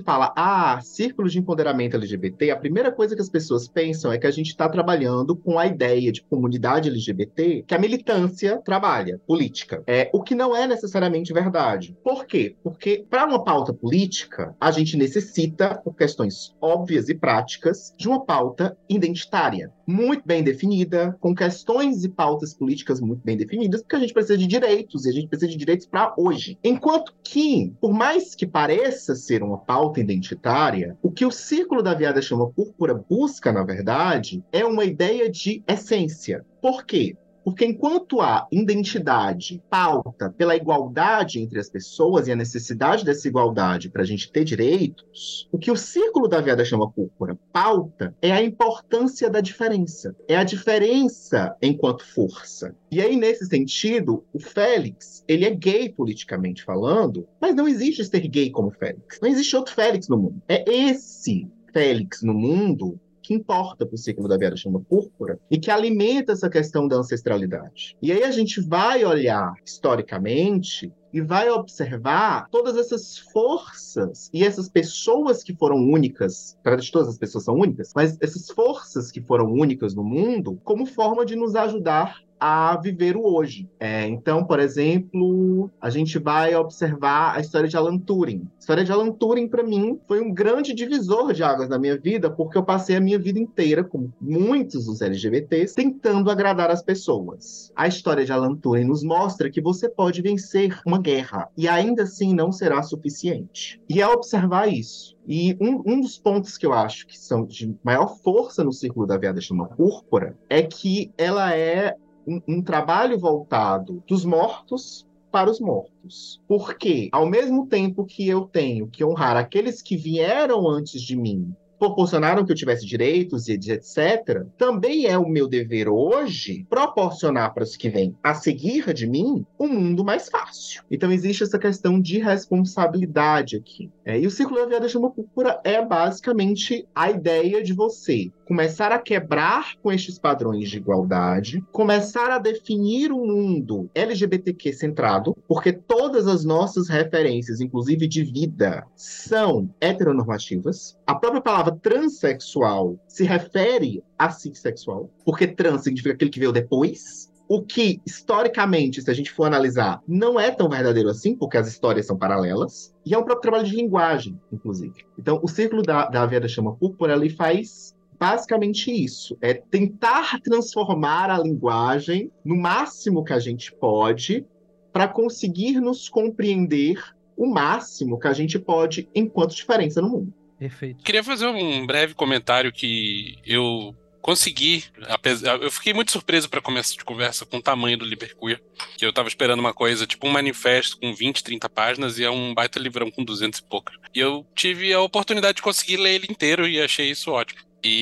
fala, ah, círculos de empoderamento L G B T, a primeira coisa que as pessoas pensam é que a gente está trabalhando com a ideia de comunidade L G B T que a militância trabalha, política. É, o que não é necessariamente verdade. Por quê? Porque para uma pauta política, a gente necessita, por questões óbvias e práticas, de uma pauta identitária, muito bem definida, com questões e pautas políticas muito bem definidas, porque a gente precisa de direitos, e a gente precisa de direitos para hoje. Enquanto que, por mais que pareça ser uma pauta identitária, o que o Círculo da Viada Chama Púrpura busca, na verdade, é uma ideia de essência. Por quê? Porque enquanto há identidade, pauta pela igualdade entre as pessoas e a necessidade dessa igualdade para a gente ter direitos, o que o Círculo da Viada Chama Púrpura pauta é a importância da diferença. É a diferença enquanto força. E aí, nesse sentido, o Félix, ele é gay politicamente falando, mas não existe ser gay como Félix. Não existe outro Félix no mundo. É esse Félix no mundo que importa para o Círculo da Viada Chama Púrpura e que alimenta essa questão da ancestralidade. E aí a gente vai olhar historicamente e vai observar todas essas forças e essas pessoas que foram únicas, para todas as pessoas são únicas, mas essas forças que foram únicas no mundo como forma de nos ajudar a viver o hoje. É, então, por exemplo, a gente vai observar a história de Alan Turing. A história de Alan Turing, para mim, foi um grande divisor de águas na minha vida, porque eu passei a minha vida inteira, como muitos dos L G B Ts, tentando agradar as pessoas. A história de Alan Turing nos mostra que você pode vencer uma guerra, e ainda assim não será suficiente. E é observar isso. E um, um dos pontos que eu acho que são de maior força no Círculo da Viada Chama Púrpura é que ela é Um, um trabalho voltado dos mortos para os mortos. Porque, ao mesmo tempo que eu tenho que honrar aqueles que vieram antes de mim, proporcionaram que eu tivesse direitos e etcétera, também é o meu dever hoje proporcionar para os que vêm a seguir de mim um mundo mais fácil. Então existe essa questão de responsabilidade aqui. É, e o Círculo da Viada Chama Púrpura é basicamente a ideia de você começar a quebrar com estes padrões de igualdade, começar a definir um mundo L G B T Q centrado, porque todas as nossas referências, inclusive de vida, são heteronormativas. A própria palavra transexual se refere a cis-sexual, porque trans significa aquele que veio depois. O que, historicamente, se a gente for analisar, não é tão verdadeiro assim, porque as histórias são paralelas. E é um próprio trabalho de linguagem, inclusive. Então, o Círculo da, da Viada Chama Púrpura, ele faz basicamente isso. É tentar transformar a linguagem no máximo que a gente pode para conseguir nos compreender o máximo que a gente pode enquanto diferença no mundo. Perfeito. Queria fazer um breve comentário que eu consegui, apesar, eu fiquei muito surpreso para começo de conversa com o tamanho do Liberqueer, que eu tava esperando uma coisa, tipo um manifesto com vinte, trinta páginas e é um baita livrão com duzentos e poucas. E eu tive a oportunidade de conseguir ler ele inteiro e achei isso ótimo.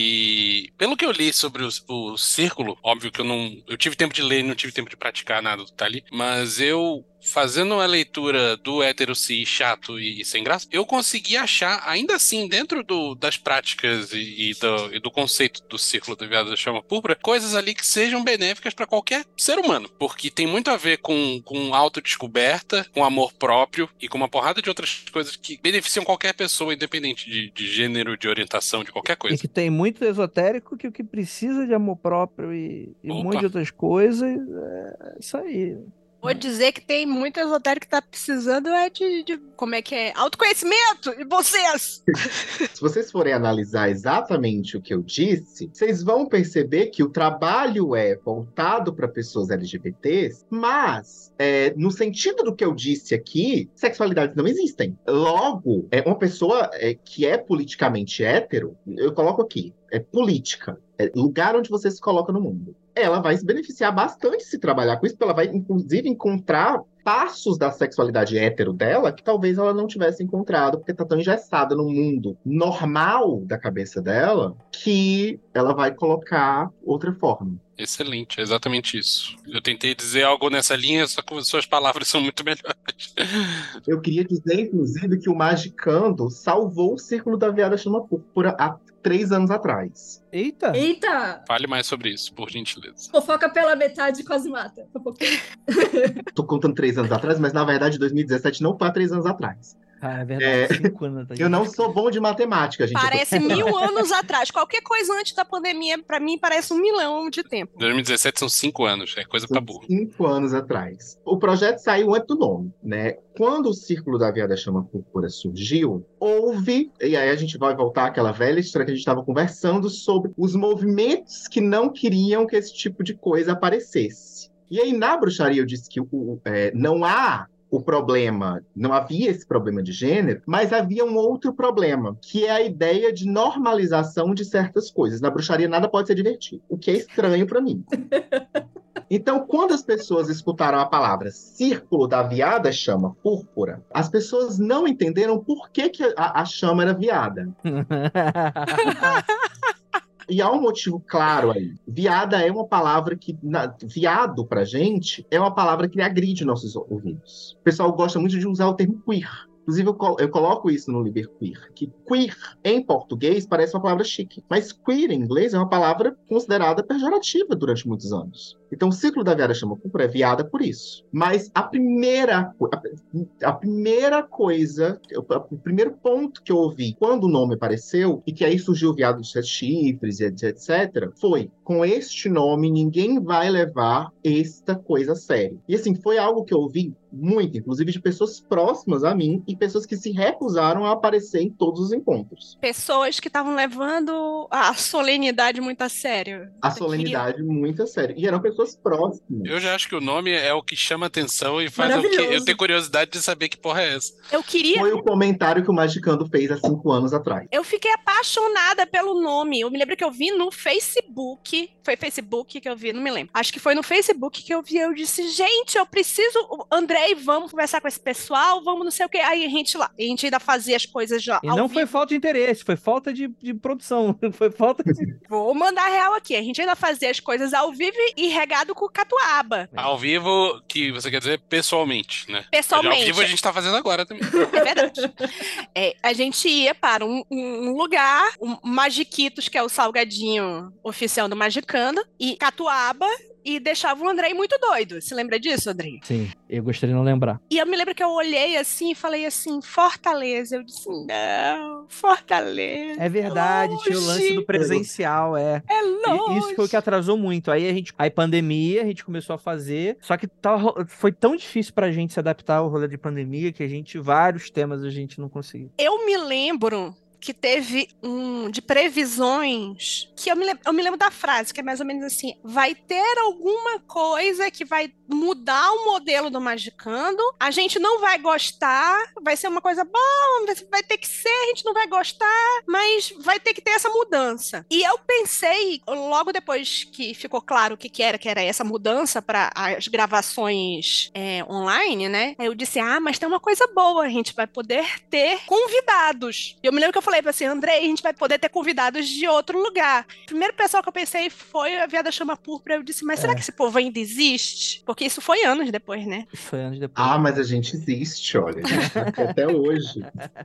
E pelo que eu li sobre o, o Círculo, óbvio que eu não... Eu tive tempo de ler e não tive tempo de praticar nada do que tá ali, mas eu, fazendo uma leitura do hétero cis chato e sem graça, eu consegui achar, ainda assim, dentro do, das práticas e, e, do, e do conceito do Círculo da Viada Chama Púrpura, coisas ali que sejam benéficas para qualquer ser humano, porque tem muito a ver com, com autodescoberta, com amor próprio e com uma porrada de outras coisas que beneficiam qualquer pessoa, independente de, de gênero, de orientação, de qualquer coisa. E que tem muito esotérico que o que precisa de amor próprio e, e um Opa. monte de outras coisas é isso aí. Vou dizer que tem muito esotérico que tá precisando é de, de como é que é? Autoconhecimento! E vocês? Se vocês forem analisar exatamente o que eu disse, vocês vão perceber que o trabalho é voltado para pessoas L G B Ts, mas, é, no sentido do que eu disse aqui, sexualidades não existem. Logo, é uma pessoa é, que é politicamente hétero, eu coloco aqui, é política, é lugar onde você se coloca no mundo. Ela vai se beneficiar bastante se trabalhar com isso, porque ela vai, inclusive, encontrar passos da sexualidade hétero dela que talvez ela não tivesse encontrado, porque tá tão engessada no mundo normal da cabeça dela que ela vai colocar outra forma. Excelente, é exatamente isso. Eu tentei dizer algo nessa linha, só que suas palavras são muito melhores. Eu queria dizer, inclusive, que o Magicando salvou o Círculo da Viada Chama Púrpura há três anos atrás. Eita! Eita! Fale mais sobre isso, por gentileza. Fofoca pela metade quase mata. Fofoca. Tô contando três anos atrás, mas na verdade dois mil e dezessete não foi há três anos atrás. Ah, é verdade, cinco anos. Tá, Eu não sou bom de matemática, gente. Parece eu tô... mil anos atrás. Qualquer coisa antes da pandemia, pra mim, parece um milhão de tempo. dois mil e dezessete são cinco anos, é coisa pra burro. Cinco anos atrás. O projeto saiu antes do nome, né? Quando o Círculo da Via da Chama Púrpura surgiu, houve, e aí a gente vai voltar àquela velha história que a gente estava conversando sobre os movimentos que não queriam que esse tipo de coisa aparecesse. E aí, na bruxaria, eu disse que o, é, não há o problema, não havia esse problema de gênero, mas havia um outro problema, que é a ideia de normalização de certas coisas. Na bruxaria, nada pode ser divertido, o que é estranho para mim. Então, quando as pessoas escutaram a palavra Círculo da Viada Chama Púrpura, as pessoas não entenderam por que, que a, a chama era viada. E há um motivo claro aí. Viada é uma palavra que... Na, viado, pra gente, é uma palavra que agride nossos ouvidos. O pessoal gosta muito de usar o termo queer. Inclusive, eu, col eu coloco isso no Liber Queer, que queer, em português, parece uma palavra chique. Mas queer, em inglês, é uma palavra considerada pejorativa durante muitos anos. Então, o Círculo da Viada Chama Púrpura é viada por isso. Mas a primeira, a, a primeira coisa, o primeiro ponto que eu ouvi quando o nome apareceu, e que aí surgiu o Viado de Sete Chifres, etcétera, foi, com este nome, ninguém vai levar esta coisa a sério. E assim, foi algo que eu ouvi muito, inclusive de pessoas próximas a mim e pessoas que se recusaram a aparecer em todos os encontros. Pessoas que estavam levando a solenidade muito a sério. A solenidade muito a sério. E eram pessoas próximas. Eu já acho que o nome é o que chama atenção e faz eu, que, eu ter curiosidade de saber que porra é essa. Eu queria... Foi o comentário que o Magicando fez há cinco anos atrás. Eu fiquei apaixonada pelo nome. Eu me lembro que eu vi no Facebook. Foi Facebook que eu vi, não me lembro. Acho que foi no Facebook que eu vi. Eu disse, gente, eu preciso... Andrei, vamos conversar com esse pessoal, vamos não sei o quê. Aí a gente lá, a gente ainda fazia as coisas lá. E não foi falta de interesse, foi falta de, de produção. Foi falta de... Vou mandar real aqui. A gente ainda fazia as coisas ao vivo e regado com catuaba. Ao vivo, que você quer dizer pessoalmente, né? Pessoalmente. Ao vivo a gente tá fazendo agora também. É verdade. É, a gente ia para um, um lugar, o Magiquitos, que é o salgadinho oficial do Magicando, e catuaba, e deixava o Andrei muito doido. Você lembra disso, Andrei? Sim, eu gostaria de não lembrar. E eu me lembro que eu olhei assim e falei assim, Fortaleza. Eu disse, não, Fortaleza. É verdade, longe. Tinha o lance do presencial, é. É longe. E isso foi o que atrasou muito. Aí a gente, aí pandemia, a gente começou a fazer, só que tava, foi tão difícil pra gente se adaptar ao rolê de pandemia que a gente, vários temas a gente não conseguiu. Eu me lembro que teve um de previsões, que eu me, lembro, eu me lembro da frase, que é mais ou menos assim, vai ter alguma coisa que vai mudar o modelo do Magicando, a gente não vai gostar, vai ser uma coisa boa, vai ter que ser, a gente não vai gostar, mas vai ter que ter essa mudança. E eu pensei, logo depois que ficou claro o que, que era, que era essa mudança para as gravações é, online, né, eu disse, ah, mas tem uma coisa boa, a gente vai poder ter convidados. Eu me lembro que eu falei pra assim, Andrei, a gente vai poder ter convidados de outro lugar. O primeiro pessoal que eu pensei foi a Viada Chama Púrpura. Eu disse, mas será É. que esse povo ainda existe? Porque isso foi anos depois, né? Isso foi anos depois. Ah, mas a gente existe, olha. A gente tá aqui até hoje.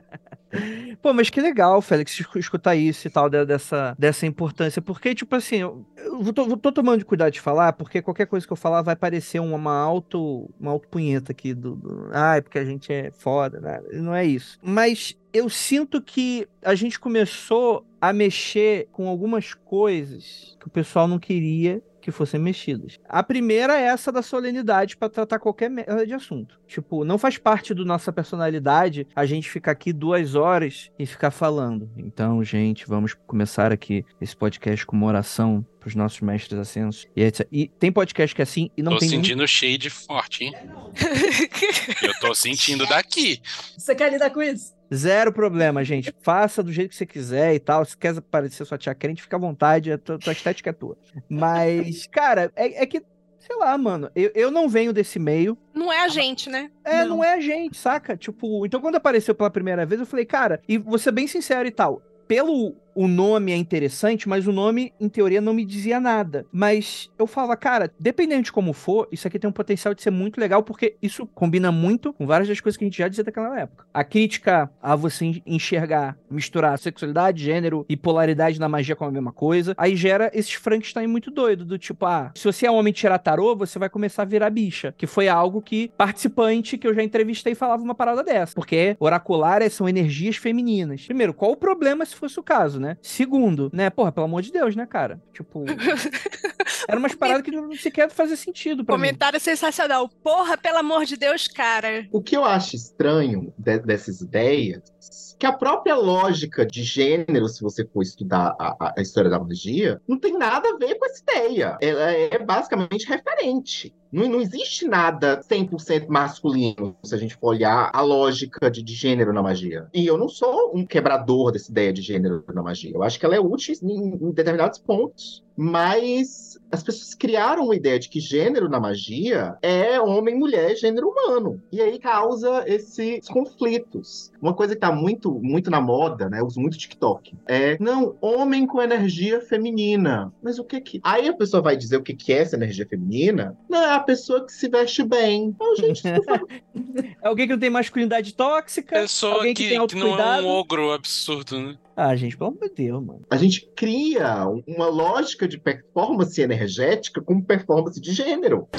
Pô, mas que legal, Félix, escutar isso e tal, dessa, dessa importância. Porque, tipo assim, eu, eu tô, tô tomando de cuidado de falar, porque qualquer coisa que eu falar vai parecer uma auto, uma auto punheta aqui do, do... Ai, porque a gente é foda, né? Não é isso. Mas eu sinto que a gente começou a mexer com algumas coisas que o pessoal não queria que fossem mexidas. A primeira é essa da solenidade para tratar qualquer merda de assunto. Tipo, não faz parte da nossa personalidade a gente ficar aqui duas horas e ficar falando. Então, gente, vamos começar aqui esse podcast com uma oração pros nossos mestres ascensos. E, etcétera. E tem podcast que é assim e não tô tem... Tô sentindo muito... shade forte, hein? Eu tô sentindo daqui. Você quer lidar com isso? Zero problema, gente. Faça do jeito que você quiser e tal. Se quer parecer sua tia crente, fica à vontade. A tua, tua estética é tua. Mas, cara, é, é que, sei lá, mano. Eu, eu não venho desse meio. Não é a gente, né? É, Não. não é a gente, saca? Tipo, então quando apareceu pela primeira vez, eu falei, cara, e vou ser bem sincero e tal. Pelo o nome é interessante, mas o nome, em teoria, não me dizia nada. Mas eu falava, cara, dependendo de como for, isso aqui tem um potencial de ser muito legal, porque isso combina muito com várias das coisas que a gente já dizia daquela época. A crítica a você enxergar, misturar sexualidade, gênero e polaridade na magia com a mesma coisa, aí gera esses Frankenstein muito doido, do tipo, ah, se você é homem tirar tarô, você vai começar a virar bicha, que foi algo que participante que eu já entrevistei falava uma parada dessa, porque oracular são energias femininas. Primeiro, qual o problema se fosse o caso, né? Segundo, né, porra, pelo amor de Deus, né, cara? Tipo, era umas paradas que não sequer fazia sentido pra mim. Comentário sensacional. Porra, pelo amor de Deus, cara. O que eu acho estranho de- dessas ideias, que a própria lógica de gênero, se você for estudar a, a- a história da magia, não tem nada a ver com essa ideia. Ela é basicamente referente. Não, não existe nada cem por cento masculino, se a gente for olhar a lógica de, de gênero na magia. E eu não sou um quebrador dessa ideia de gênero na magia. Eu acho que ela é útil em, em determinados pontos. Mas as pessoas criaram uma ideia de que gênero na magia é homem, mulher, gênero humano. E aí causa esses conflitos. Uma coisa que tá muito, muito na moda, né? Eu uso muito TikTok. É, não, homem com energia feminina. Mas o que que... Aí a pessoa vai dizer o que que é essa energia feminina? Não, é a pessoa que se veste bem. Então, gente, por favor. É alguém que não tem masculinidade tóxica, Pessoa alguém que, que, tem que não é autocuidado. um ogro absurdo, né? Ah, gente, pelo amor de Deus, mano. A gente cria uma lógica de performance energética como performance de gênero.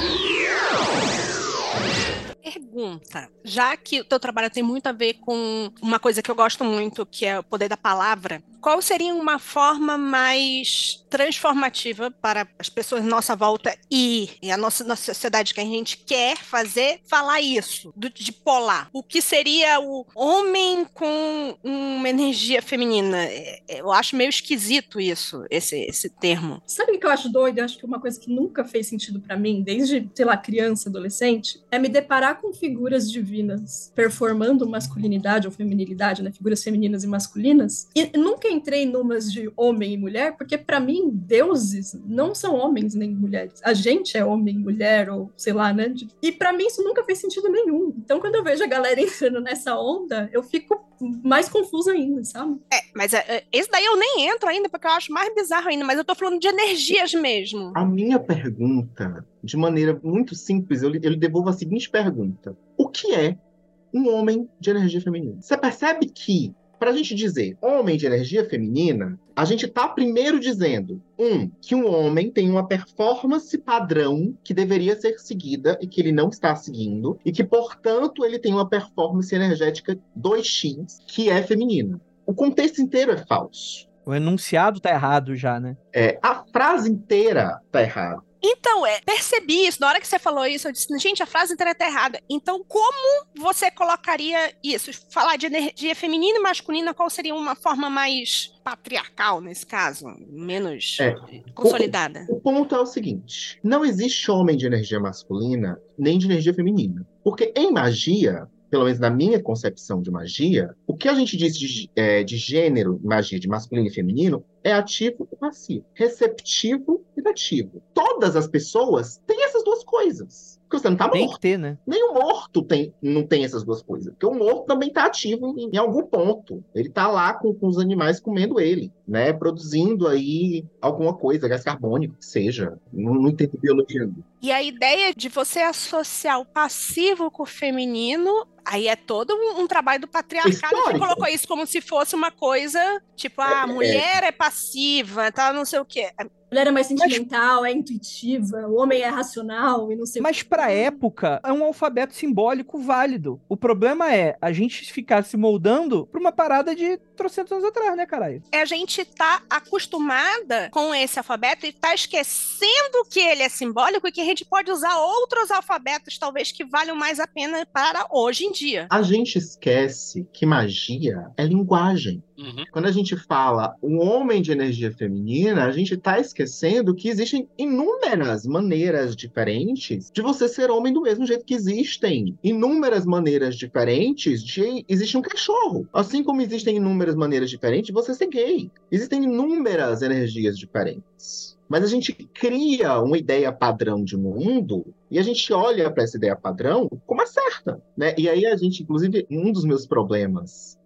Pergunta, já que o teu trabalho tem muito a ver com uma coisa que eu gosto muito, que é o poder da palavra, qual seria uma forma mais transformativa para as pessoas à nossa volta e, e a nossa, nossa sociedade que a gente quer fazer, falar isso, do, de polar? O que seria o homem com uma energia feminina? É, Eu acho meio esquisito isso, esse, esse termo. Sabe o que eu acho doido? Eu acho que uma coisa que nunca fez sentido pra mim, desde, sei lá, criança, adolescente, é me deparar com figuras divinas performando masculinidade ou feminilidade, né? Figuras femininas e masculinas. E nunca entrei numas de homem e mulher, porque pra mim, deuses não são homens nem mulheres. A gente é homem e mulher, ou sei lá, né? E pra mim isso nunca fez sentido nenhum. Então quando eu vejo a galera entrando nessa onda, eu fico mais confusa ainda, sabe? É, mas é, é, esse daí eu nem entro ainda, porque eu acho mais bizarro ainda, mas eu tô falando de energias mesmo. A minha pergunta, de maneira muito simples, eu lhe, eu lhe devolvo a seguinte pergunta. O que é um homem de energia feminina? Você percebe que, para a gente dizer homem de energia feminina, a gente está primeiro dizendo, um, que um homem tem uma performance padrão que deveria ser seguida e que ele não está seguindo, e que, portanto, ele tem uma performance energética dois x que é feminina. O contexto inteiro é falso. O enunciado tá errado já, né? É, a frase inteira tá errada. Então, é, percebi isso. Na hora que você falou isso, eu disse, gente, a frase inteira tá errada. Então, como você colocaria isso? Falar de energia feminina e masculina, qual seria uma forma mais patriarcal, nesse caso? Menos É. consolidada? O, o ponto é o seguinte. Não existe homem de energia masculina, nem de energia feminina. Porque em magia, pelo menos na minha concepção de magia, o que a gente diz de, é, de gênero, magia de masculino e feminino, é ativo e passivo, receptivo e ativo. Todas as pessoas têm essas duas coisas. Porque você não tá morto. Tem que ter, né? Nem o morto tem, não tem essas duas coisas. Porque o morto também está ativo em, em algum ponto. Ele está lá com, com os animais comendo ele, né? Produzindo aí alguma coisa, gás carbônico, que seja. Não, não entendo biologia. E a ideia de você associar o passivo com o feminino, aí é todo um, um trabalho do patriarcado que Histórico. colocou isso como se fosse uma coisa, tipo, ah, a mulher é passiva, tá, não sei o quê. A mulher é mais sentimental, é intuitiva, o homem é racional e não sei o Mas quê. pra época, é um alfabeto simbólico válido. O problema é a gente ficar se moldando pra uma parada de trocentos anos atrás, né, caralho? A gente tá acostumada com esse alfabeto e tá esquecendo que ele é simbólico e que a gente pode usar outros alfabetos, talvez, que valham mais a pena para hoje em dia. A gente esquece que magia é linguagem. Uhum. Quando a gente fala um homem de energia feminina, a gente está esquecendo que existem inúmeras maneiras diferentes de você ser homem do mesmo jeito que existem inúmeras maneiras diferentes de existir um cachorro. Assim como existem inúmeras maneiras diferentes de você ser gay. Existem inúmeras energias diferentes. Mas a gente cria uma ideia padrão de mundo e a gente olha para essa ideia padrão como a certa, né? E aí a gente, inclusive, um dos meus problemas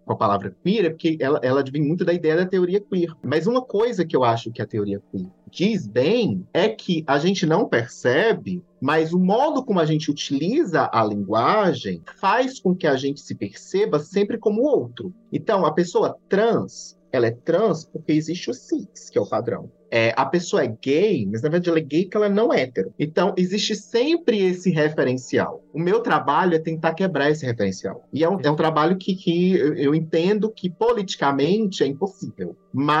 com a palavra queer é porque ela, ela vem muito da ideia da teoria queer. Mas uma coisa que eu acho que a teoria queer diz bem é que a gente não percebe, mas o modo como a gente utiliza a linguagem faz com que a gente se perceba sempre como outro. Então, a pessoa trans, ela é trans porque existe o cis, que é o padrão. É, a pessoa é gay, mas na verdade ela é gay porque ela não é hétero. Então, existe sempre esse referencial. O meu trabalho é tentar quebrar esse referencial. E é um, é um trabalho que, que eu entendo que politicamente é impossível.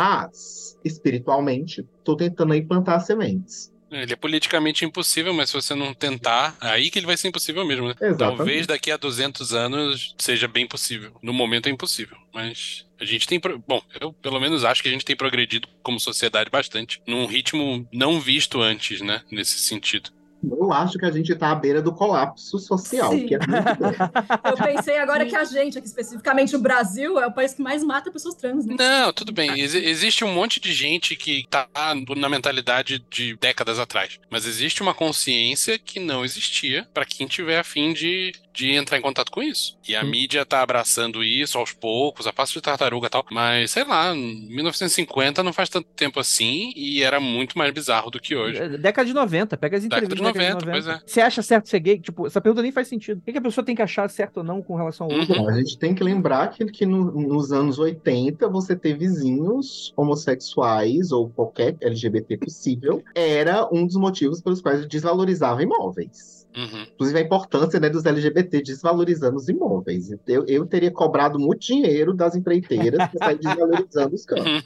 Mas, espiritualmente, estou tentando aí plantar sementes. Ele é politicamente impossível, mas se você não tentar, é aí que ele vai ser impossível mesmo, né? Exatamente. Talvez daqui a duzentos anos seja bem possível. No momento é impossível, mas a gente tem... Pro... Bom, eu pelo menos acho que a gente tem progredido como sociedade bastante, num ritmo não visto antes, né? Nesse sentido. Eu acho que a gente está à beira do colapso social, Sim. que é muito bom. Eu pensei agora que a gente, aqui especificamente o Brasil, é o país que mais mata pessoas trans, né? Não, tudo bem. Ex- existe um monte de gente que tá na mentalidade de décadas atrás. Mas existe uma consciência que não existia pra quem tiver a fim de, de entrar em contato com isso. E a Sim. mídia tá abraçando isso aos poucos, a passo de tartaruga e tal. Mas, sei lá, em mil novecentos e cinquenta não faz tanto tempo assim e era muito mais bizarro do que hoje. Década de noventa, pega as Década entrevistas de da década noventa, pois é. Você acha certo ser gay? Tipo, essa pergunta nem faz sentido. O que que a pessoa tem que achar certo ou não com relação ao outro? Uhum. Bom, a gente tem que lembrar que, que no- nos anos oitenta, você ter vizinhos homossexuais ou qualquer L G B T possível era um dos motivos pelos quais desvalorizava imóveis. Uhum. Inclusive, a importância, né, dos L G B T desvalorizando os imóveis. Eu, eu teria cobrado muito dinheiro das empreiteiras para sair desvalorizando os campos.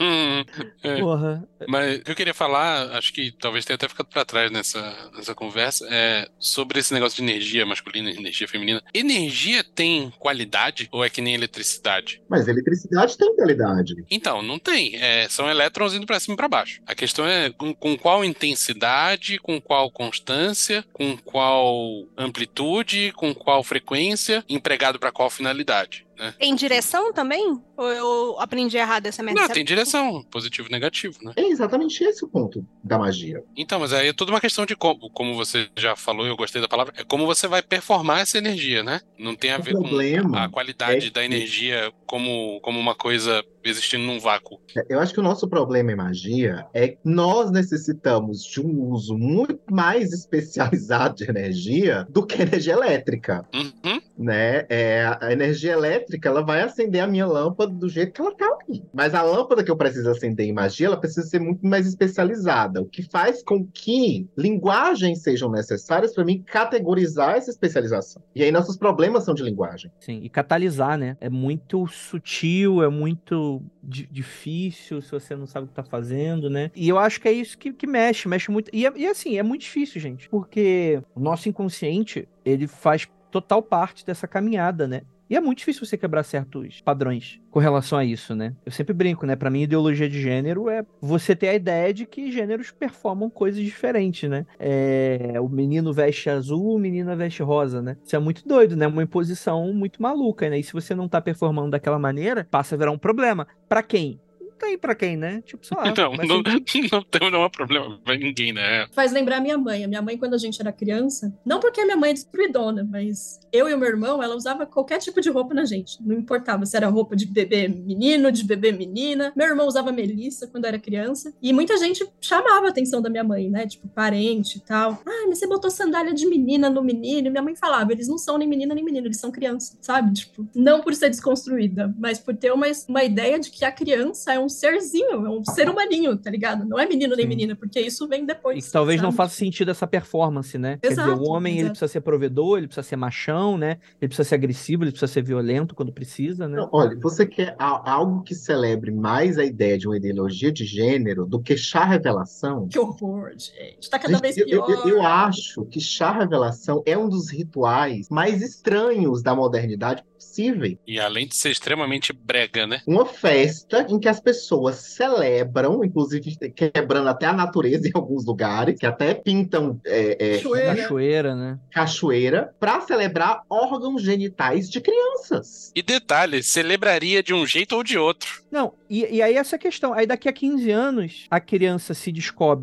É. Porra. Mas o que eu queria falar, acho que talvez tenha até ficado pra trás nessa, nessa conversa, é sobre esse negócio de energia masculina e energia feminina. Energia tem qualidade ou é que nem eletricidade? Mas eletricidade tem qualidade. Então, não tem. É, são elétrons indo pra cima e pra baixo. A questão é com, com qual intensidade, com qual constância, com qual amplitude, com qual frequência, empregado pra qual finalidade, né? Tem direção também? Ou eu aprendi errado essa merda? Não, tem direção, positivo e negativo, né? É exatamente esse o ponto da magia. Então, mas aí é tudo uma questão de como, como você já falou, e eu gostei da palavra, é como você vai performar essa energia, né? Não tem a O ver com problema a qualidade é da que- energia como, como uma coisa existindo num vácuo. Eu acho que o nosso problema em magia é que nós necessitamos de um uso muito mais especializado de energia do que energia elétrica, Uhum. né? É, a energia elétrica, ela vai acender a minha lâmpada do jeito que ela tá aqui. Mas a lâmpada que eu preciso acender em magia, ela precisa ser muito mais especializada, o que faz com que linguagens sejam necessárias para mim categorizar essa especialização. E aí nossos problemas são de linguagem. Sim, e catalisar, né? É muito sutil, é muito di- difícil se você não sabe o que tá fazendo, né? E eu acho que é isso que, que mexe, mexe muito. E, é- e assim, é muito difícil, gente, porque o nosso inconsciente, ele faz total parte dessa caminhada, né? E é muito difícil você quebrar certos padrões com relação a isso, né? Eu sempre brinco, né? Pra mim, ideologia de gênero é você ter a ideia de que gêneros performam coisas diferentes, né? É, o menino veste azul, a menina veste rosa, né? Isso é muito doido, né? Uma imposição muito maluca, né? E se você não tá performando daquela maneira, passa a virar um problema. Pra quem? Não tem pra quem, né? Tipo, sei lá. Então, vai não, ser- não tem nenhum problema pra ninguém, né? Faz lembrar a minha mãe. A minha mãe, quando a gente era criança, não porque a minha mãe é destruidona, mas eu e o meu irmão, ela usava qualquer tipo de roupa na gente. Não importava se era roupa de bebê menino, de bebê menina. Meu irmão usava Melissa quando era criança. E muita gente chamava a atenção da minha mãe, né? Tipo, parente e tal. Ah, mas você botou sandália de menina no menino. E minha mãe falava, eles não são nem menina nem menino, eles são criança, sabe? Tipo, não por ser desconstruída, mas por ter uma, uma ideia de que a criança é um serzinho, é um ser humaninho, tá ligado? Não é menino nem Sim. menina, porque isso vem depois. E que talvez não sabe? faça sentido essa performance, né? Quer dizer, Exato, o homem, ele exato. precisa ser provedor, ele precisa ser machão, né? Ele precisa ser agressivo, ele precisa ser violento quando precisa, né? Não, olha, você quer a- algo que celebre mais a ideia de uma ideologia de gênero do que chá revelação? Que horror, gente. Tá cada Gente, vez eu, pior. eu- eu acho que chá revelação é um dos rituais mais estranhos da modernidade possível. E além de ser extremamente brega, né? Uma festa em que as pessoas celebram, inclusive quebrando até a natureza em alguns lugares, que até pintam é, é, Cachoeira. Cachoeira, né? cachoeira, para celebrar órgãos genitais de crianças. E detalhe, celebraria de um jeito ou de outro. Não, e, e aí essa questão, aí daqui a quinze anos, a criança se descobre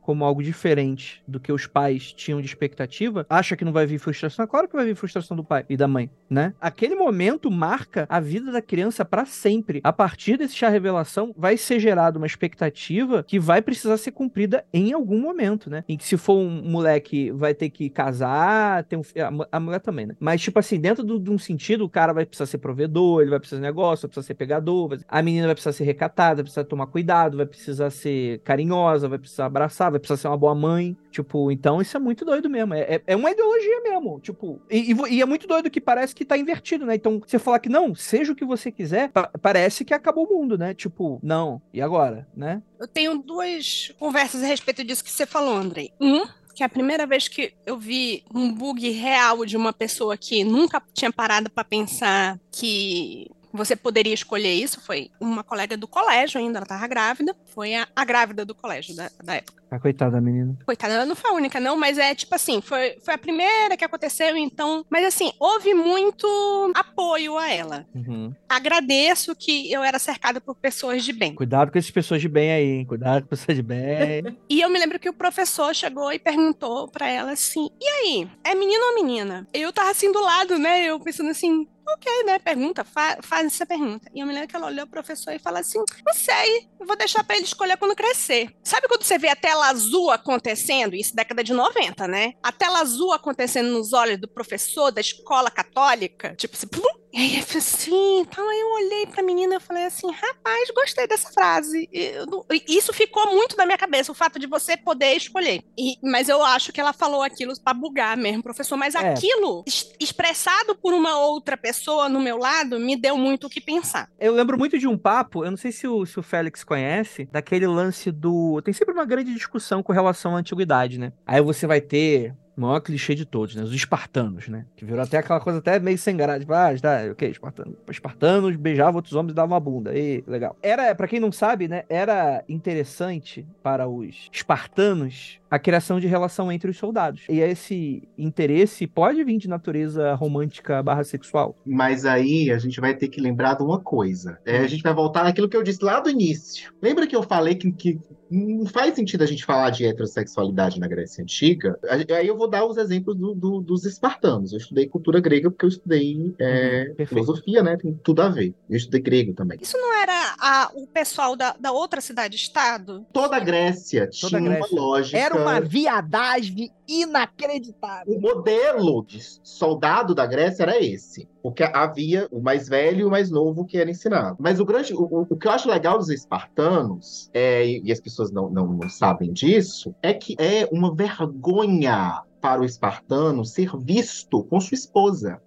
como algo diferente do que os pais tinham de expectativa, acha que não vai vir frustração. É claro que vai vir frustração do pai e da mãe, né? Aquele momento marca a vida da criança pra sempre. A partir desse chá revelação, vai ser gerada uma expectativa que vai precisar ser cumprida em algum momento, né? Em que se for um moleque, vai ter que casar, ter um... a mulher também, né? Mas, tipo assim, dentro do, de um sentido, o cara vai precisar ser provedor, ele vai precisar de negócio, vai precisar ser pegador, vai... a menina vai precisar ser recatada, vai precisar tomar cuidado, vai precisar ser carinhosa, vai precisar abraçar, vai precisar ser uma boa mãe. Tipo, então isso é muito doido mesmo. É, é, é uma ideologia mesmo. Tipo, e, e, e é muito doido que parece que tá invertido, né? Então, você falar que não, seja o que você quiser, pa- parece que acabou o mundo, né? Tipo, não, e agora, né? Eu tenho duas conversas a respeito disso que você falou, Andrei. Um, que é a primeira vez que eu vi um bug real de uma pessoa que nunca tinha parado para pensar que você poderia escolher isso, foi uma colega do colégio ainda, ela estava grávida, foi a, a grávida do colégio da, da época. Ah, coitada da menina. Coitada, ela não foi a única, não, mas é tipo assim, foi, foi a primeira que aconteceu, então... Mas assim, houve muito apoio a ela. Uhum. Agradeço que eu era cercada por pessoas de bem. Cuidado com essas pessoas de bem aí, hein? Cuidado com pessoas de bem. E eu me lembro que o professor chegou e perguntou pra ela assim, e aí, é menino ou menina? Eu tava assim do lado, né, eu pensando assim... Ok, né? Pergunta, fa faz essa pergunta. E eu me lembro que ela olhou o professor e falou assim: não sei, eu vou deixar pra ele escolher quando crescer. Sabe quando você vê a tela azul acontecendo? Isso década de noventa, né? A tela azul acontecendo nos olhos do professor da escola católica. Tipo assim, pum! E aí eu falei assim, então aí eu olhei pra menina e falei assim, rapaz, gostei dessa frase. Eu não... Isso ficou muito na minha cabeça, o fato de você poder escolher. E, mas eu acho que ela falou aquilo pra bugar mesmo, professor. Mas É. aquilo, es expressado por uma outra pessoa no meu lado, me deu muito o que pensar. Eu lembro muito de um papo, eu não sei se o, se o Félix conhece, daquele lance do... Tem sempre uma grande discussão com relação à antiguidade, né? Aí você vai ter... O maior clichê de todos, né? Os espartanos, né? Que virou até aquela coisa até meio sem graça. Tipo, ah, tá, ok, espartanos. Espartanos beijavam outros homens e davam uma bunda. E legal. Era, pra quem não sabe, né? Era interessante para os espartanos a criação de relação entre os soldados. E esse interesse pode vir de natureza romântica barra sexual. Mas aí a gente vai ter que lembrar de uma coisa. É, a gente vai voltar naquilo que eu disse lá do início. Lembra que eu falei que, que não faz sentido a gente falar de heterossexualidade na Grécia Antiga? Aí eu vou dar os exemplos do, do, dos espartanos. Eu estudei cultura grega porque eu estudei é, Uhum, filosofia, né? Tem tudo a ver. Eu estudei grego também. Isso não era a, o pessoal da, da outra cidade-estado? Toda a Grécia Toda a tinha Grécia. uma lógica... Era uma viadagem inacreditável. O modelo de soldado da Grécia era esse. Porque havia o mais velho e o mais novo que era ensinado. Mas o grande, o, o que eu acho legal dos espartanos, é, e as pessoas não, não, não sabem disso, é que é uma vergonha para o espartano ser visto com sua esposa.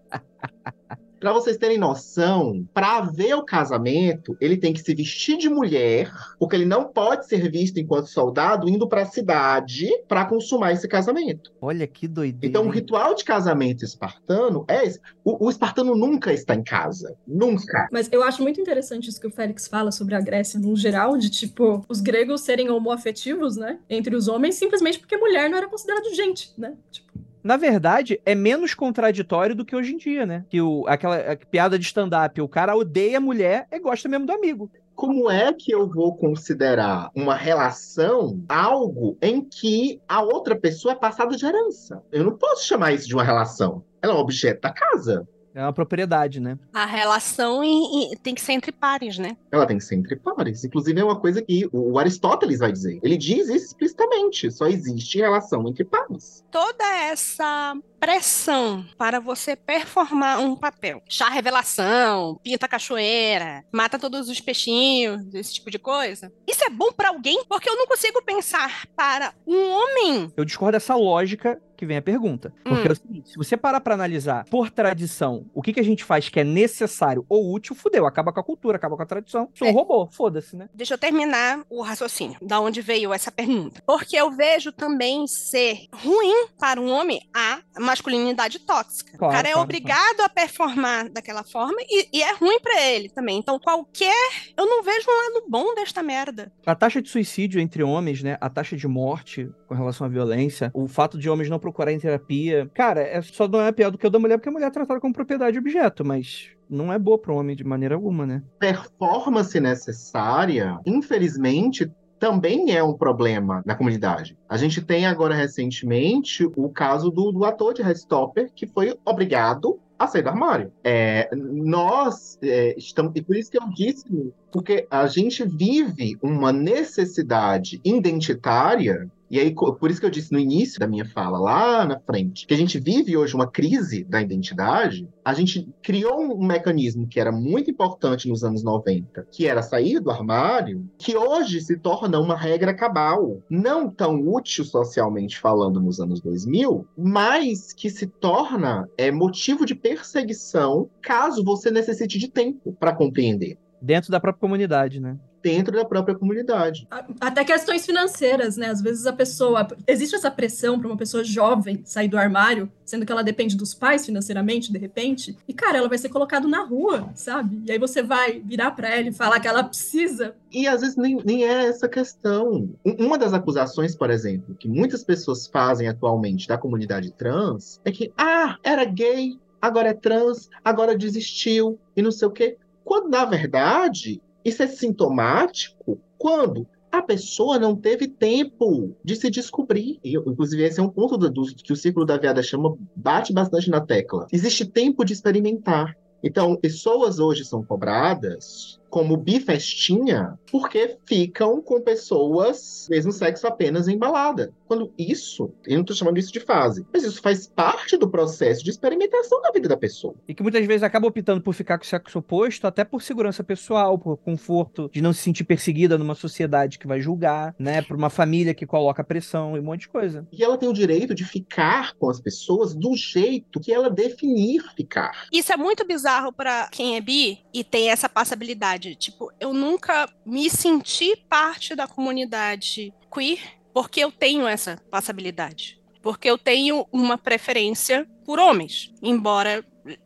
Para vocês terem noção, para haver o casamento, ele tem que se vestir de mulher, porque ele não pode ser visto enquanto soldado indo para a cidade para consumar esse casamento. Olha que doideira. Então, o hein? ritual de casamento espartano é esse. O, o espartano nunca está em casa. Nunca. Mas eu acho muito interessante isso que o Félix fala sobre a Grécia no geral, de tipo, os gregos serem homoafetivos, né, entre os homens, simplesmente porque mulher não era considerado gente, né? Tipo, Na verdade, é menos contraditório do que hoje em dia, né? Que o, aquela a piada de stand-up, o cara odeia a mulher e gosta mesmo do amigo. Como é que eu vou considerar uma relação algo em que a outra pessoa é passada de herança? Eu não posso chamar isso de uma relação. Ela é um objeto da casa. É uma propriedade, né? A relação e, e tem que ser entre pares, né? Ela tem que ser entre pares. Inclusive, é uma coisa que o o Aristóteles vai dizer. Ele diz isso explicitamente. Só existe relação entre pares. Toda essa pressão para você performar um papel. Chá revelação, pinta a cachoeira, mata todos os peixinhos, esse tipo de coisa. Isso é bom para alguém? Porque eu não consigo pensar para um homem. Eu discordo dessa lógica que vem a pergunta. Porque Hum. é o seguinte, se você parar pra analisar por tradição o que, que a gente faz que é necessário ou útil, fudeu, acaba com a cultura, acaba com a tradição. Sou um É. robô, foda-se, né? Deixa eu terminar o raciocínio, da onde veio essa pergunta. Porque eu vejo também ser ruim para um homem a masculinidade tóxica. Claro, o cara é claro, obrigado a performar daquela forma e, e é ruim para ele também. Então, qualquer. Eu não vejo um lado bom desta merda. A taxa de suicídio entre homens, né? A taxa de morte com relação à violência, o fato de homens não procurarem terapia. Cara, é só não é pior do que o da mulher, porque a mulher é tratada como propriedade e objeto, mas não é boa para o homem de maneira alguma, né? Performance necessária, infelizmente, também é um problema na comunidade. A gente tem agora, recentemente, o caso do, do ator de Heartstopper, que foi obrigado a sair do armário. É, nós é, estamos... E por isso que eu disse, porque a gente vive uma necessidade identitária. E aí, por isso que eu disse no início da minha fala, lá na frente, que a gente vive hoje uma crise da identidade. A gente criou um mecanismo que era muito importante nos anos noventa, que era sair do armário, que hoje se torna uma regra cabal, não tão útil socialmente falando nos anos dois mil, mas que se torna é, motivo de perseguição caso você necessite de tempo para compreender. Dentro da própria comunidade, né? Dentro da própria comunidade. Até questões financeiras, né? Às vezes a pessoa... Existe essa pressão para uma pessoa jovem sair do armário, sendo que ela depende dos pais financeiramente, de repente. E, cara, ela vai ser colocada na rua, sabe? E aí você vai virar para ela e falar que ela precisa. E às vezes nem, nem é essa questão. Uma das acusações, por exemplo, que muitas pessoas fazem atualmente da comunidade trans é que, ah, era gay, agora é trans, agora desistiu e não sei o quê. Quando, na verdade... Isso é sintomático quando a pessoa não teve tempo de se descobrir. E, inclusive, esse é um ponto do, do, que o Círculo da Viada chama, bate bastante na tecla. Existe tempo de experimentar. Então, pessoas hoje são cobradas como bifestinha porque ficam com pessoas do mesmo sexo apenas em balada. Quando isso, eu não estou chamando isso de fase, mas isso faz parte do processo de experimentação da vida da pessoa. E que muitas vezes acaba optando por ficar com o sexo oposto, até por segurança pessoal, por conforto, de não se sentir perseguida numa sociedade que vai julgar, né? Por uma família que coloca pressão e um monte de coisa. E ela tem o direito de ficar com as pessoas do jeito que ela definir ficar. Isso é muito bizarro para quem é bi e tem essa passabilidade. Tipo, eu nunca me senti parte da comunidade queer porque eu tenho essa passabilidade. Porque eu tenho uma preferência por homens, embora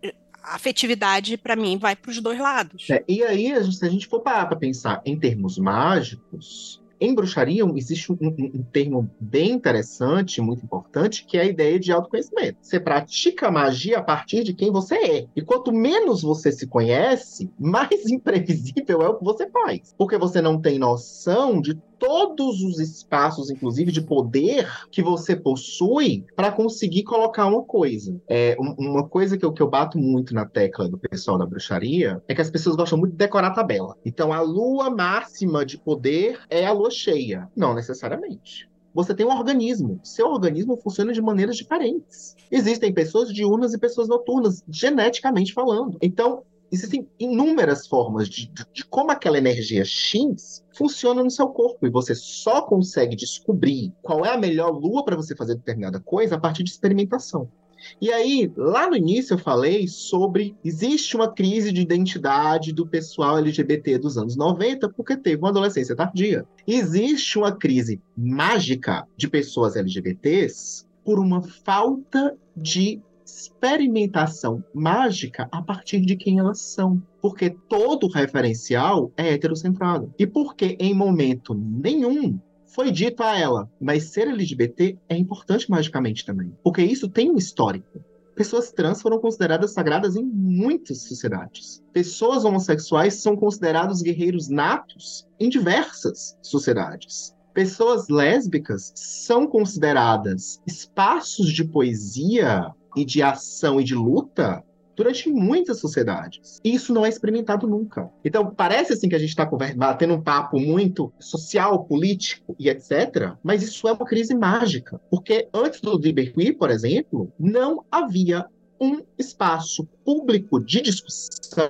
a afetividade, para mim, vai para os dois lados. É, e aí, a gente, se a gente for parar para pensar em termos mágicos, em bruxaria existe um, um, um termo bem interessante, muito importante, que é a ideia de autoconhecimento. Você pratica magia a partir de quem você é. E quanto menos você se conhece, mais imprevisível é o que você faz. Porque você não tem noção de todos os espaços, inclusive de poder, que você possui para conseguir colocar uma coisa. É, um, uma coisa que eu, que eu bato muito na tecla do pessoal da bruxaria é que as pessoas gostam muito de decorar a tabela. Então, a lua máxima de poder é a lua cheia. Não necessariamente. Você tem um organismo. Seu organismo funciona de maneiras diferentes. Existem pessoas diurnas e pessoas noturnas, geneticamente falando. Então, existem inúmeras formas de, de, de como aquela energia X funciona no seu corpo. E você só consegue descobrir qual é a melhor lua para você fazer determinada coisa a partir de experimentação. E aí, lá no início eu falei sobre... Existe uma crise de identidade do pessoal L G B T dos anos noventa porque teve uma adolescência tardia. Existe uma crise mágica de pessoas L G B Ts por uma falta de experimentação mágica a partir de quem elas são. Porque todo referencial é heterocentrado. E porque em momento nenhum foi dito a ela, mas ser L G B T é importante magicamente também. Porque isso tem um histórico. Pessoas trans foram consideradas sagradas em muitas sociedades. Pessoas homossexuais são considerados guerreiros natos em diversas sociedades. Pessoas lésbicas são consideradas espaços de poesia e de ação e de luta durante muitas sociedades. E isso não é experimentado nunca. Então, parece assim que a gente está batendo um papo muito social, político e etcétera, mas isso é uma crise mágica. Porque antes do Liberqueer, por exemplo, não havia um espaço público de discussão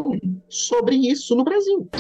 sobre isso no Brasil.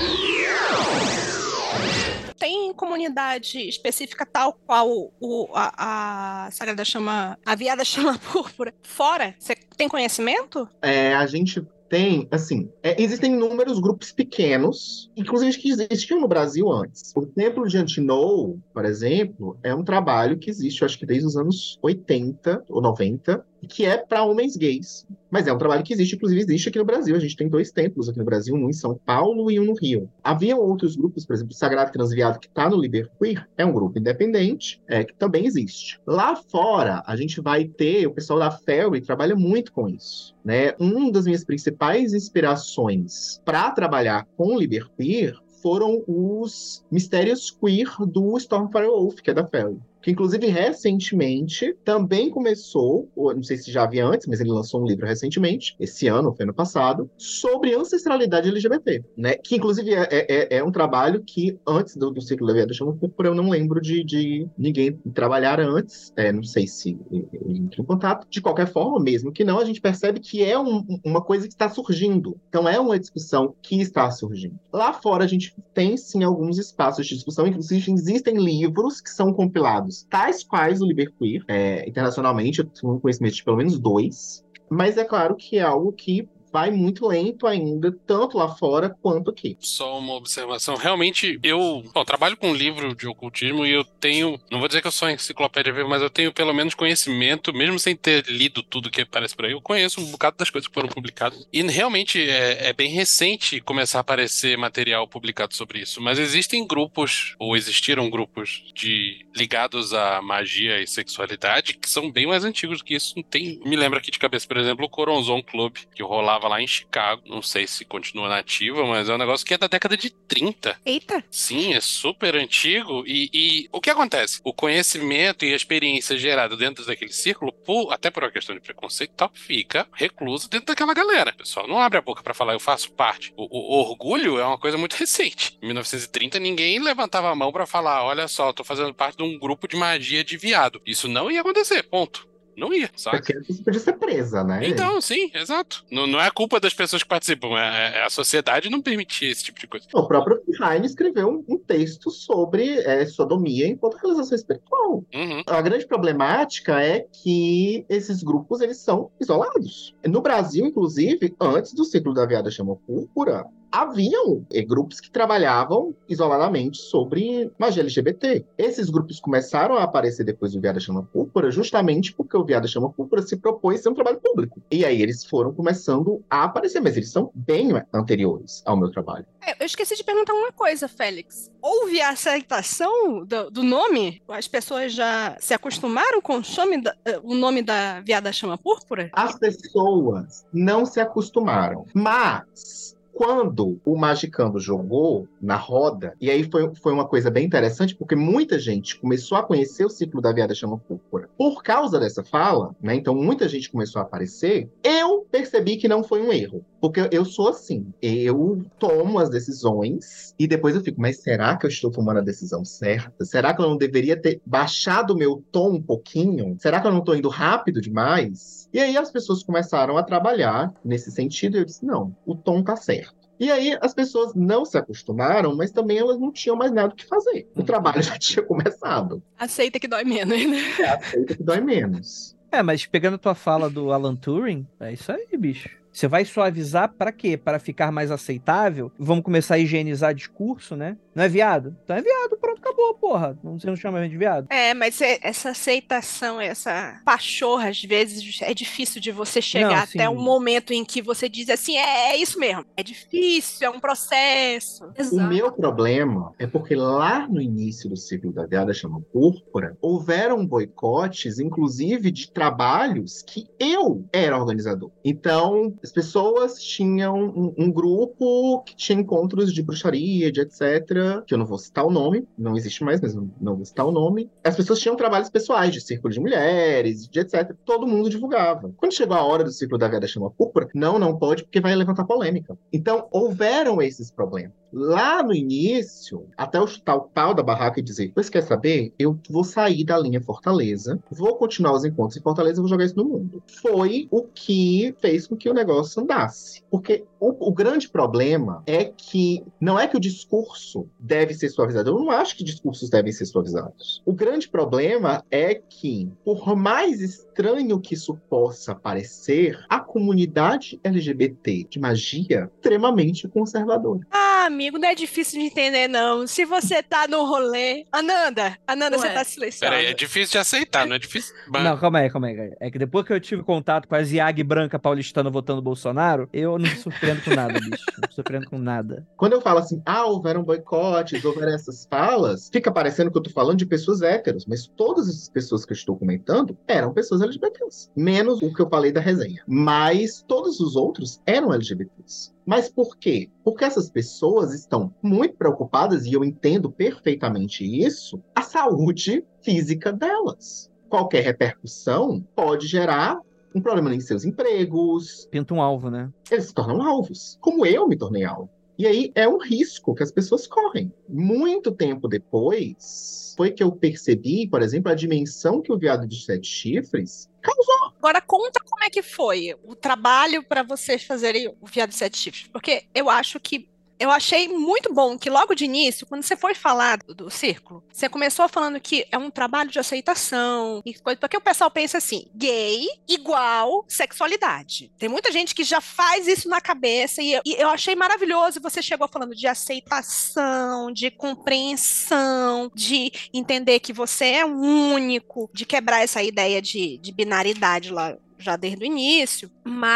Tem comunidade específica tal qual o, a, a Sagrada Chama, a Viada Chama Púrpura, fora? Você tem conhecimento? É, a gente tem, assim, é, existem inúmeros grupos pequenos, inclusive que existiam no Brasil antes. O Templo de Antinou, por exemplo, é um trabalho que existe, eu acho que desde os anos oitenta ou noventa, que é para homens gays. Mas é um trabalho que existe, inclusive existe aqui no Brasil. A gente tem dois templos aqui no Brasil, um em São Paulo e um no Rio. Havia outros grupos, por exemplo, o Sagrado Transviado, que está no Liberqueer, é um grupo independente, é, que também existe. Lá fora, a gente vai ter, o pessoal da Ferry trabalha muito com isso, né? Uma das minhas principais inspirações para trabalhar com Liberqueer foram os mistérios queer do Stormfire Wolf, que é da Fairy. Que, inclusive, recentemente também começou, ou não sei se já havia antes, mas ele lançou um livro recentemente, esse ano, foi ano passado, sobre ancestralidade L G B T, né? Que, inclusive, é, é, é um trabalho que, antes do, do ciclo da Viada Chama Púrpura, eu não lembro de, de ninguém trabalhar antes, é, não sei se ele entra em contato. De qualquer forma, mesmo que não, a gente percebe que é um, uma coisa que está surgindo. Então, é uma discussão que está surgindo. Lá fora, a gente tem, sim, alguns espaços de discussão, inclusive existem livros que são compilados, tais quais o Liberqueer, é, internacionalmente, eu tenho conhecimento de pelo menos dois, mas é claro que é algo que vai muito lento ainda, tanto lá fora quanto aqui. Só uma observação. Realmente, eu bom, trabalho com um livro de ocultismo e eu tenho, não vou dizer que eu sou enciclopédia viva, mas eu tenho pelo menos conhecimento, mesmo sem ter lido tudo que aparece por aí, eu conheço um bocado das coisas que foram publicadas. E realmente é, é bem recente começar a aparecer material publicado sobre isso, mas existem grupos, ou existiram grupos de ligados à magia e sexualidade que são bem mais antigos do que isso. Não tem, me lembra aqui de cabeça, por exemplo, o Coronzon Club, que rolava lá em Chicago, não sei se continua nativa, mas é um negócio que é da década de trinta. Eita! Sim, é super antigo e, e o que acontece? O conhecimento e a experiência gerada dentro daquele círculo, por, até por uma questão de preconceito e tal, fica recluso dentro daquela galera. O pessoal não abre a boca pra falar, eu faço parte. O, o, o orgulho é uma coisa muito recente. Em mil novecentos e trinta, ninguém levantava a mão pra falar, olha só, eu tô fazendo parte de um grupo de magia de viado. Isso não ia acontecer, ponto. Não ia, sabe? Porque você podia ser presa, né? Então, sim, exato. Não, não é culpa das pessoas que participam, é, é a sociedade não permitia esse tipo de coisa. O próprio Heine escreveu um, um texto sobre é, sodomia enquanto realização espiritual. Uhum. A grande problemática é que esses grupos, eles são isolados. No Brasil, inclusive, antes do ciclo da Viada Chama Púrpura, haviam eh, grupos que trabalhavam isoladamente sobre magia L G B T. Esses grupos começaram a aparecer depois do Viada Chama Púrpura justamente porque o Viada Chama Púrpura se propôs ser um trabalho público. E aí eles foram começando a aparecer, mas eles são bem anteriores ao meu trabalho. É, eu esqueci de perguntar uma coisa, Félix. Houve a aceitação do, do nome? As pessoas já se acostumaram com o nome da, o nome da Viada Chama Púrpura? As pessoas não se acostumaram, mas quando o Magicando jogou na roda, e aí foi, foi uma coisa bem interessante, porque muita gente começou a conhecer o ciclo da Viada Chama Púrpura por causa dessa fala, né? Então muita gente começou a aparecer. Eu percebi que não foi um erro, porque eu sou assim, eu tomo as decisões e depois eu fico, mas será que eu estou tomando a decisão certa? Será que eu não deveria ter baixado o meu tom um pouquinho? Será que eu não estou indo rápido demais? E aí as pessoas começaram a trabalhar nesse sentido e eu disse, não, o tom tá certo. E aí as pessoas não se acostumaram, mas também elas não tinham mais nada o que fazer. O trabalho já tinha começado. Aceita que dói menos, né? É, aceita que dói menos. É, mas pegando a tua fala do Alan Turing, é isso aí, bicho. Você vai suavizar pra quê? Para ficar mais aceitável? Vamos começar a higienizar discurso, né? Não é viado? Então é viado, pronto, acabou, porra. Você não chama de viado? É, mas é- essa aceitação, essa pachorra, às vezes, é difícil de você chegar Não, até sim. um momento em que você diz assim, é, é isso mesmo. É difícil, é um processo. O Exato. meu problema é porque lá no início do ciclo da Viada Chama Púrpura, houveram boicotes, inclusive de trabalhos que eu era organizador. Então, as pessoas tinham um, um grupo que tinha encontros de bruxaria, de etcétera, que eu não vou citar o nome, não existe mais, mas não, não vou citar o nome. As pessoas tinham trabalhos pessoais, de círculo de mulheres, de etcétera. Todo mundo divulgava. Quando chegou a hora do ciclo da Viada Chama Púrpura, não, não pode, porque vai levantar polêmica. Então, houveram esses problemas. Lá no início, até eu chutar o pau da barraca e dizer, você quer saber? Eu vou sair da linha Fortaleza, vou continuar os encontros em Fortaleza e vou jogar isso no mundo. Foi o que fez com que o negócio andasse. Porque o, o grande problema é que não é que o discurso deve ser suavizado. Eu não acho que discursos devem ser suavizados. O grande problema é que, por mais estranho que isso possa parecer, a comunidade L G B T de magia é extremamente conservadora. Ah, amigo, não é difícil de entender, não. Se você tá no rolê... Ananda, Ananda, Ué. você tá silenciada. Peraí, é difícil de aceitar, não é difícil. Mas- Não, calma aí, calma aí. É que depois que eu tive contato com a Ziag branca paulistana votando Bolsonaro, eu não me surpreendo com nada, bicho. Não me surpreendo com nada. Quando eu falo assim, ah, houveram boicotes, houveram essas falas, fica parecendo que eu tô falando de pessoas héteros, mas todas essas pessoas que eu estou comentando eram pessoas L G B Ts. Menos o que eu falei da resenha. Mas todos os outros eram L G B Ts. Mas por quê? Porque essas pessoas estão muito preocupadas, e eu entendo perfeitamente isso, a saúde física delas. Qualquer repercussão pode gerar um problema em seus empregos. Pinta um alvo, né? Eles se tornam alvos, como eu me tornei alvo. E aí é um risco que as pessoas correm. Muito tempo depois, foi que eu percebi, por exemplo, a dimensão que o veado de sete chifres causou. Agora conta como é que foi o trabalho para vocês fazerem o veado de sete chifres. Porque eu acho que eu achei muito bom que logo de início, quando você foi falar do, do círculo, você começou falando que é um trabalho de aceitação, e coisa, porque o pessoal pensa assim, gay igual sexualidade. Tem muita gente que já faz isso na cabeça, e eu, e eu achei maravilhoso, você chegou falando de aceitação, de compreensão, de entender que você é único, de quebrar essa ideia de, de binaridade lá, já desde o início,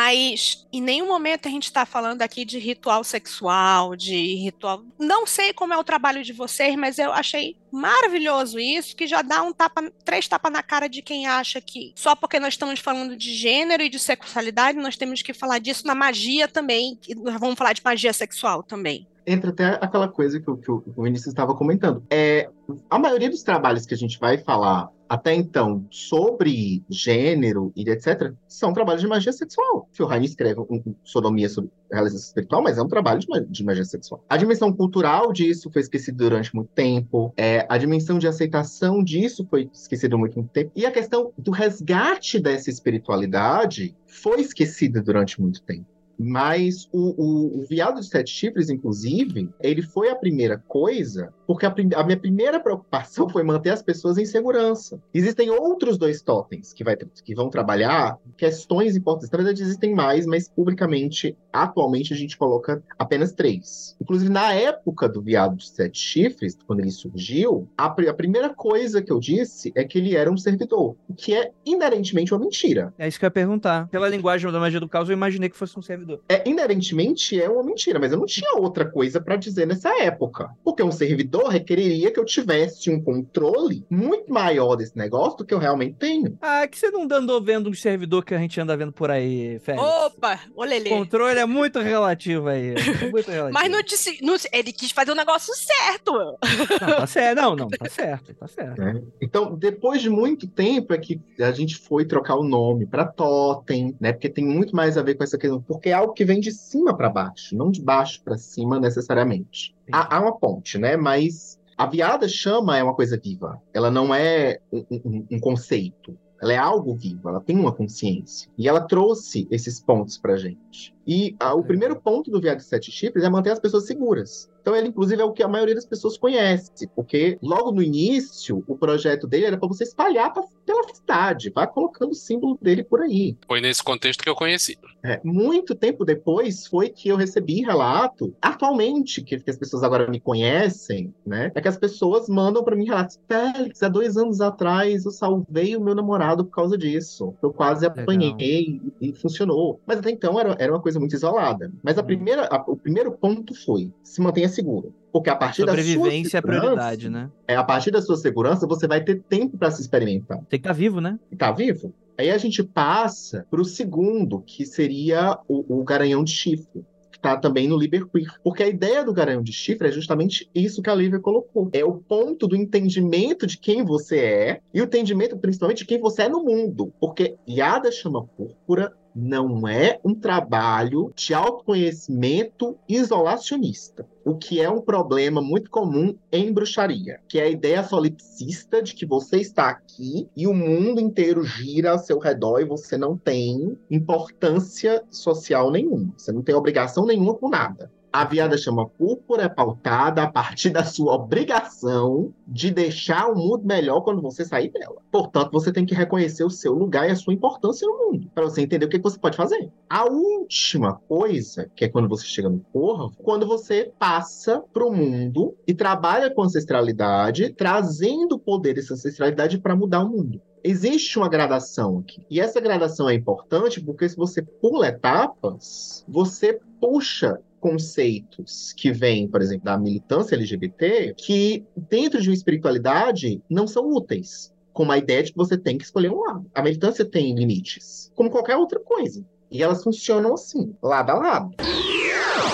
mas em nenhum momento a gente está falando aqui de ritual sexual, de ritual... Não sei como é o trabalho de vocês, mas eu achei maravilhoso isso, que já dá um tapa, três tapas na cara de quem acha que só porque nós estamos falando de gênero e de sexualidade, nós temos que falar disso na magia também, e nós vamos falar de magia sexual também. Entra até aquela coisa que, o, que o Vinícius estava comentando. É, a maioria dos trabalhos que a gente vai falar até então sobre gênero e etcétera, são trabalhos de magia sexual. Que o Raine escreve um, um sodomia sobre realização espiritual, mas é um trabalho de, de magia sexual. A dimensão cultural disso foi esquecida durante muito tempo. É, a dimensão de aceitação disso foi esquecida durante muito tempo. E a questão do resgate dessa espiritualidade foi esquecida durante muito tempo. Mas o, o, o veado de sete chifres, inclusive, ele foi a primeira coisa, porque a, prim a minha primeira preocupação foi manter as pessoas em segurança. Existem outros dois totens que, vai, que vão trabalhar questões importantes. Na verdade, existem mais, mas publicamente, atualmente, a gente coloca apenas três. Inclusive, na época do veado de sete chifres, quando ele surgiu, a, pr a primeira coisa que eu disse é que ele era um servidor, o que é inerentemente uma mentira. É isso que eu ia perguntar. Pela linguagem da magia do caos, eu imaginei que fosse um servidor. É, inerentemente é uma mentira, mas eu não tinha outra coisa para dizer nessa época. Porque um servidor requeriria que eu tivesse um controle muito maior desse negócio do que eu realmente tenho. Ah, que você não andou vendo um servidor que a gente anda vendo por aí, Félix? Opa, olelê. O controle é muito relativo aí. É muito relativo. Mas não disse, não, ele quis fazer o negócio certo. Não, tá certo. Não, não, tá certo, tá certo. É. Então, depois de muito tempo é que a gente foi trocar o nome para Totem, né? Porque tem muito mais a ver com essa questão. Porque é algo que vem de cima para baixo, não de baixo para cima necessariamente. Há, há uma ponte, né? Mas a veada chama é uma coisa viva. Ela não é um, um, um conceito. Ela é algo vivo, ela tem uma consciência. E ela trouxe esses pontos pra gente. E a, o primeiro ponto do veado de sete chifres é manter as pessoas seguras. Então ele, inclusive, é o que a maioria das pessoas conhece. Porque logo no início, o projeto dele era para você espalhar pra, pela cidade. Vai colocando o símbolo dele por aí. Foi nesse contexto que eu conheci. É, muito tempo depois foi que eu recebi relato, atualmente, que, que as pessoas agora me conhecem, né? É que as pessoas mandam para mim relatos. Félix, há dois anos atrás eu salvei o meu namorado por causa disso. Eu quase apanhei e, e funcionou. Mas até então era, era uma coisa muito isolada. Mas a primeira, a, o primeiro ponto foi: se mantenha seguro. Porque a partir da sua sobrevivência é a prioridade, né? É, a partir da sua segurança, você vai ter tempo para se experimentar. Tem que estar vivo, né? E tá vivo. Aí a gente passa para o segundo, que seria o, o garanhão de chifre, que está também no Liber Queer. Porque a ideia do garanhão de chifre é justamente isso que a Lívia colocou. É o ponto do entendimento de quem você é e o entendimento, principalmente, de quem você é no mundo. Porque Yada Chama Púrpura não é um trabalho de autoconhecimento isolacionista, o que é um problema muito comum em bruxaria, que é a ideia solipsista de que você está aqui e o mundo inteiro gira ao seu redor e você não tem importância social nenhuma, você não tem obrigação nenhuma com nada. A Veada Chama Púrpura é pautada a partir da sua obrigação de deixar o mundo melhor quando você sair dela. Portanto, você tem que reconhecer o seu lugar e a sua importância no mundo, para você entender o que você pode fazer. A última coisa, que é quando você chega no Corvo, quando você passa para o mundo e trabalha com ancestralidade, trazendo o poder dessa ancestralidade para mudar o mundo. Existe uma gradação aqui. E essa gradação é importante porque se você pula etapas, você puxa conceitos que vêm, por exemplo, da militância L G B T, que dentro de uma espiritualidade não são úteis, como a ideia de que você tem que escolher um lado. A militância tem limites, como qualquer outra coisa. E elas funcionam assim, lado a lado.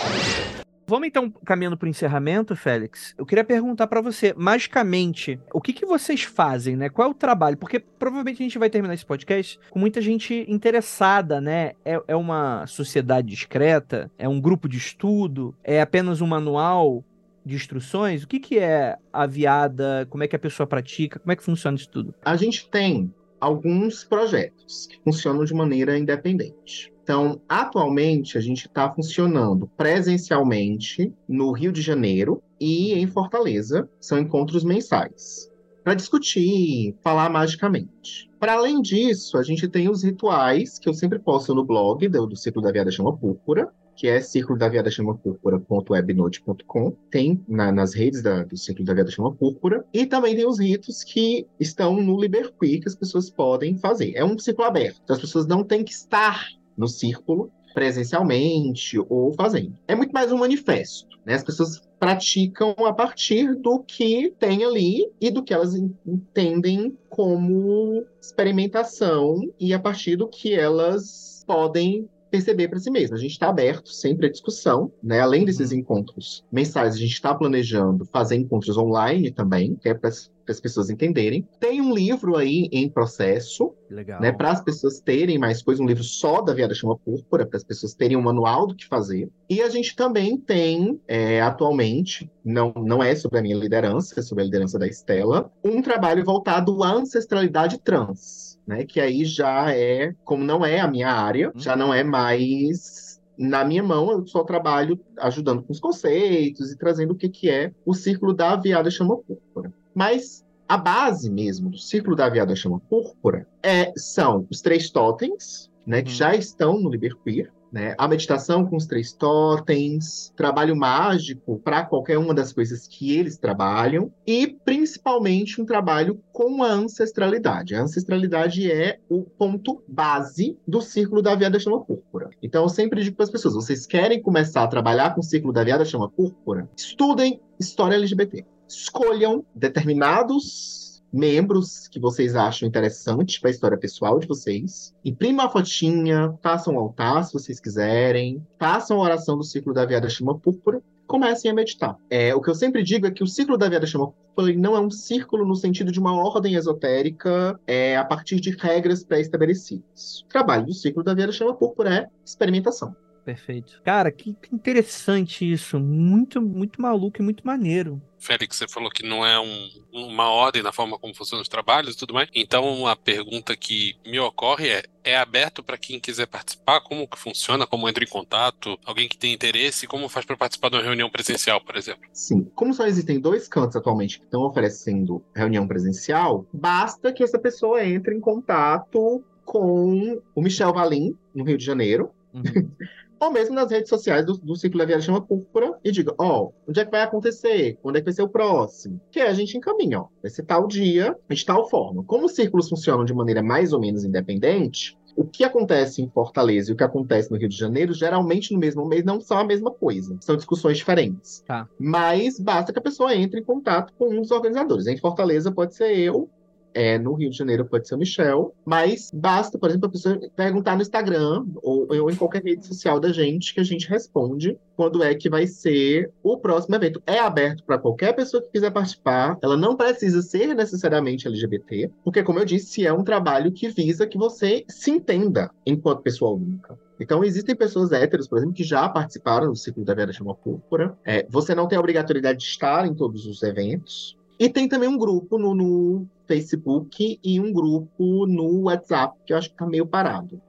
Vamos então caminhando para o encerramento, Félix. Eu queria perguntar para você, magicamente, o que, que vocês fazem, né? Qual é o trabalho? Porque provavelmente a gente vai terminar esse podcast com muita gente interessada, né? É, é uma sociedade discreta? É um grupo de estudo? É apenas um manual de instruções? O que, que é a Viada? Como é que a pessoa pratica? Como é que funciona isso tudo? A gente tem alguns projetos que funcionam de maneira independente. Então, atualmente, a gente está funcionando presencialmente no Rio de Janeiro e em Fortaleza. São encontros mensais para discutir, falar magicamente. Para além disso, a gente tem os rituais que eu sempre posto no blog do, do Círculo da Viada Chama Púrpura, que é círculo da viada chama púrpura ponto webnote ponto com. Tem na, nas redes da, do Círculo da Viada Chama Púrpura. E também tem os ritos que estão no Liberqueer, que as pessoas podem fazer. É um círculo aberto, então as pessoas não têm que estar no círculo presencialmente ou fazendo. É muito mais um manifesto, né? As pessoas praticam a partir do que tem ali e do que elas entendem como experimentação e a partir do que elas podem perceber para si mesmas. A gente está aberto sempre à discussão, né? Além desses Uhum. encontros mensais, a gente está planejando fazer encontros online também, que é para as pessoas entenderem. Tem um livro aí em processo, Legal. né, para as pessoas terem mais coisa, um livro só da Viada Chama Púrpura, para as pessoas terem um manual do que fazer. E a gente também tem, é, atualmente, não, não é sobre a minha liderança, é sobre a liderança da Estela, um trabalho voltado à ancestralidade trans, né, que aí já é, como não é a minha área, já não é mais na minha mão, eu só trabalho ajudando com os conceitos e trazendo o que, que é o círculo da Viada Chama Púrpura. Mas a base mesmo do círculo da Viada Chama Púrpura é, são os três totens, né, que Uhum. já estão no Liberqueer, né, a meditação com os três totens, trabalho mágico para qualquer uma das coisas que eles trabalham e principalmente um trabalho com a ancestralidade. A ancestralidade é o ponto base do círculo da Viada Chama Púrpura. Então eu sempre digo para as pessoas, vocês querem começar a trabalhar com o círculo da Viada Chama Púrpura? Estudem história L G B T. Escolham determinados membros que vocês acham interessantes para a história pessoal de vocês. Imprimam a fotinha, façam um altar se vocês quiserem, façam a oração do ciclo da Viada Chama Púrpura, comecem a meditar. É, o que eu sempre digo é que o ciclo da Viada Chama Púrpura não é um círculo no sentido de uma ordem esotérica é, a partir de regras pré-estabelecidas. O trabalho do ciclo da Viada Chama Púrpura é experimentação. Perfeito. Cara, que que interessante isso. Muito, muito maluco e muito maneiro. Félix, você falou que não é um, uma ordem na forma como funcionam os trabalhos e tudo mais. Então, a pergunta que me ocorre é, é aberto para quem quiser participar? Como que funciona? Como entra em contato? Alguém que tem interesse? Como faz para participar de uma reunião presencial, por exemplo? Sim. Como só existem dois cantos atualmente que estão oferecendo reunião presencial, basta que essa pessoa entre em contato com o Michel Valim, no Rio de Janeiro, Uhum. ou mesmo nas redes sociais do, do Círculo da Viada Chama Púrpura e diga, ó, oh, onde é que vai acontecer? Quando é que vai ser o próximo? Que aí a gente encaminha, ó, vai ser tal dia, de tal forma. Como os círculos funcionam de maneira mais ou menos independente, o que acontece em Fortaleza e o que acontece no Rio de Janeiro, geralmente no mesmo mês, não são a mesma coisa. São discussões diferentes. Tá. Mas basta que a pessoa entre em contato com um dos organizadores. Em Fortaleza pode ser eu, É, no Rio de Janeiro pode ser o Michel, mas basta, por exemplo, a pessoa perguntar no Instagram ou, ou em qualquer rede social da gente que a gente responde quando é que vai ser o próximo evento. É aberto para qualquer pessoa que quiser participar, ela não precisa ser necessariamente L G B T, porque, como eu disse, é um trabalho que visa que você se entenda enquanto pessoa única. Então, existem pessoas héteros, por exemplo, que já participaram do Círculo da Viada Chama Púrpura. É, você não tem a obrigatoriedade de estar em todos os eventos. E tem também um grupo no, no Facebook e um grupo no WhatsApp, que eu acho que tá meio parado.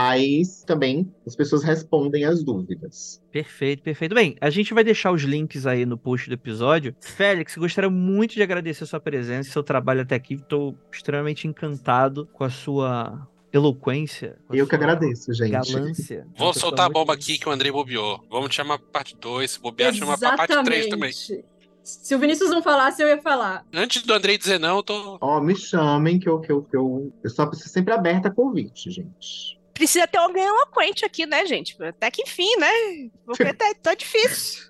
Mas também as pessoas respondem as dúvidas. Perfeito, perfeito. Bem, a gente vai deixar os links aí no post do episódio. Félix, gostaria muito de agradecer a sua presença, seu trabalho até aqui. Estou extremamente encantado com a sua eloquência. Com a Eu que sua agradeço, gente. galância. Vou Uma pessoa soltar a muito- bomba aqui que o Andrei bobeou. Vamos te chamar pra parte dois, se bobear, chama pra parte três também. Se o Vinícius não falasse, eu ia falar. Antes do Andrei dizer não, eu tô... Ó, me chamem que eu, que eu, que eu, eu só preciso sempre aberta a convite, gente. Precisa ter alguém eloquente aqui, né, gente? Até que enfim, né? Porque tá, tá difícil.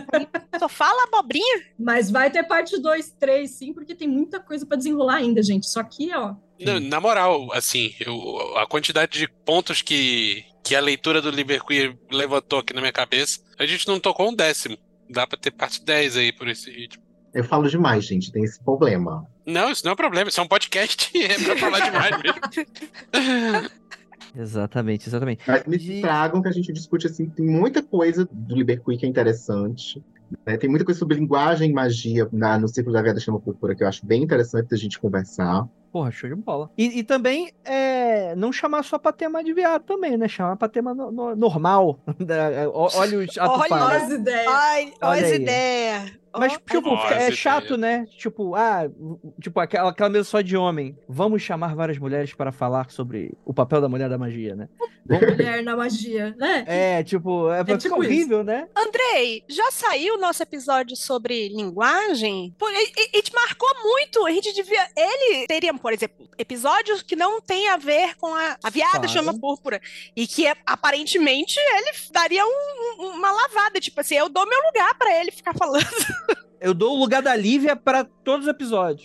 Só fala abobrinha. Mas vai ter parte dois, três, sim, porque tem muita coisa pra desenrolar ainda, gente. Só que, ó. Na, na moral, assim, eu, a quantidade de pontos que, que que a leitura do Liberqueer levantou aqui na minha cabeça, a gente não tocou um décimo. Dá pra ter parte dez aí por esse ritmo. Eu falo demais, gente, tem esse problema. Não, isso não é um problema, isso é um podcast, é pra falar demais mesmo. Exatamente, exatamente. Mas me De- tragam que a gente discute, assim, tem muita coisa do Liberqueer que é interessante. Né? Tem muita coisa sobre linguagem e magia na, no Círculo da Veda Chama Púrpura que eu acho bem interessante da gente conversar. Porra, show de bola. E, e também é, não chamar só pra tema de viado também, né? Chamar pra tema no- no- normal. Da- ó- Olha os ato Olha falho. Olha as ideias. Ai, olha Olha as aí. ideias. Mas, tipo, Ó, fica- é essa chato, ideia. né? Tipo, ah, tipo, aquela, aquela mesa só de homem. Vamos chamar várias mulheres para falar sobre o papel da mulher da magia, né? Mulher na magia, né? É, tipo, é, fica tipo horrível, né? Andrei, já saiu o nosso episódio sobre linguagem? Pô, e, e- e te marcou muito. A gente devia. Ele teria, por exemplo, episódios que não tem a ver com a, a viada Claro. chama púrpura. E que é, aparentemente ele daria um- um- uma lavada. Tipo assim, eu dou meu lugar pra ele ficar falando. Eu dou o lugar da Lívia pra todos os episódios.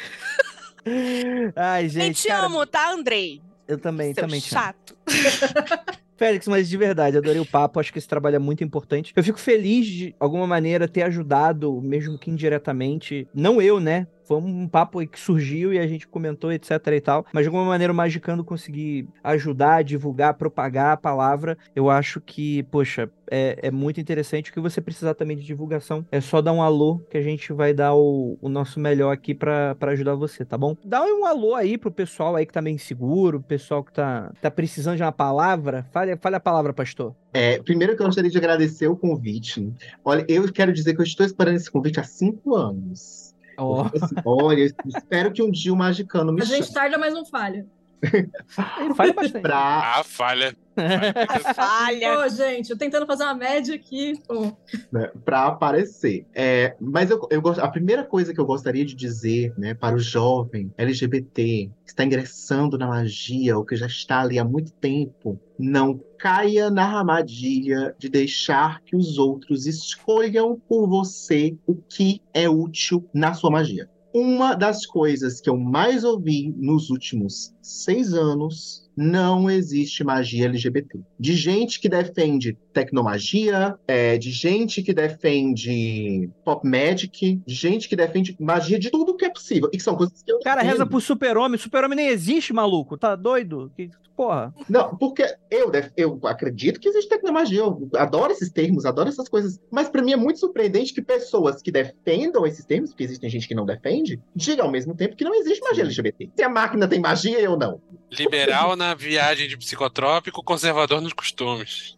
Ai, Eu gente, te cara, amo, tá, Andrei? eu também, Seu também te amo. chato. Félix, mas de verdade, adorei o papo, acho que esse trabalho é muito importante. Eu fico feliz de, alguma maneira, ter ajudado, mesmo que indiretamente, não eu, né? Foi um papo aí que surgiu e a gente comentou, etc e tal, mas de alguma maneira o Magicando conseguir ajudar, divulgar, propagar a palavra, eu acho que, poxa, é, é muito interessante. O que você precisar também de divulgação, é só dar um alô que a gente vai dar o, o nosso melhor aqui pra, pra ajudar você, tá bom? Dá um alô aí pro pessoal aí que tá meio inseguro, pessoal que tá, tá precisando de uma palavra. Fale, fale a palavra, pastor. É, primeiro que eu gostaria de agradecer o convite. Olha, eu quero dizer que eu estou esperando esse convite há cinco anos. Ó, Eu fico assim, olha, eu espero que um dia o Magicano me A gente chame tarda, mas não falha. fale bastante. pra, Ah, falha. A falha. Ô, gente, eu tentando fazer uma média aqui. Pô. né, pra aparecer. É, mas eu, eu gosto, a primeira coisa que eu gostaria de dizer, né, para o jovem L G B T que está ingressando na magia ou que já está ali há muito tempo, não caia na armadilha de deixar que os outros escolham por você o que é útil na sua magia. Uma das coisas que eu mais ouvi nos últimos seis anos: não existe magia L G B T. De gente que defende tecnomagia, é, de gente que defende pop magic, de gente que defende magia de tudo que é possível. E que são coisas que eu O cara defendo. reza por super-homem. Super-homem nem existe, maluco. Tá doido? Que porra. Não, porque eu, def- eu acredito que existe tecnomagia, eu adoro esses termos, adoro essas coisas, mas pra mim é muito surpreendente que pessoas que defendam esses termos, porque existem gente que não defende, digam ao mesmo tempo que não existe magia L G B T. Se a máquina tem magia, eu não. Liberal na viagem de psicotrópico, conservador nos costumes.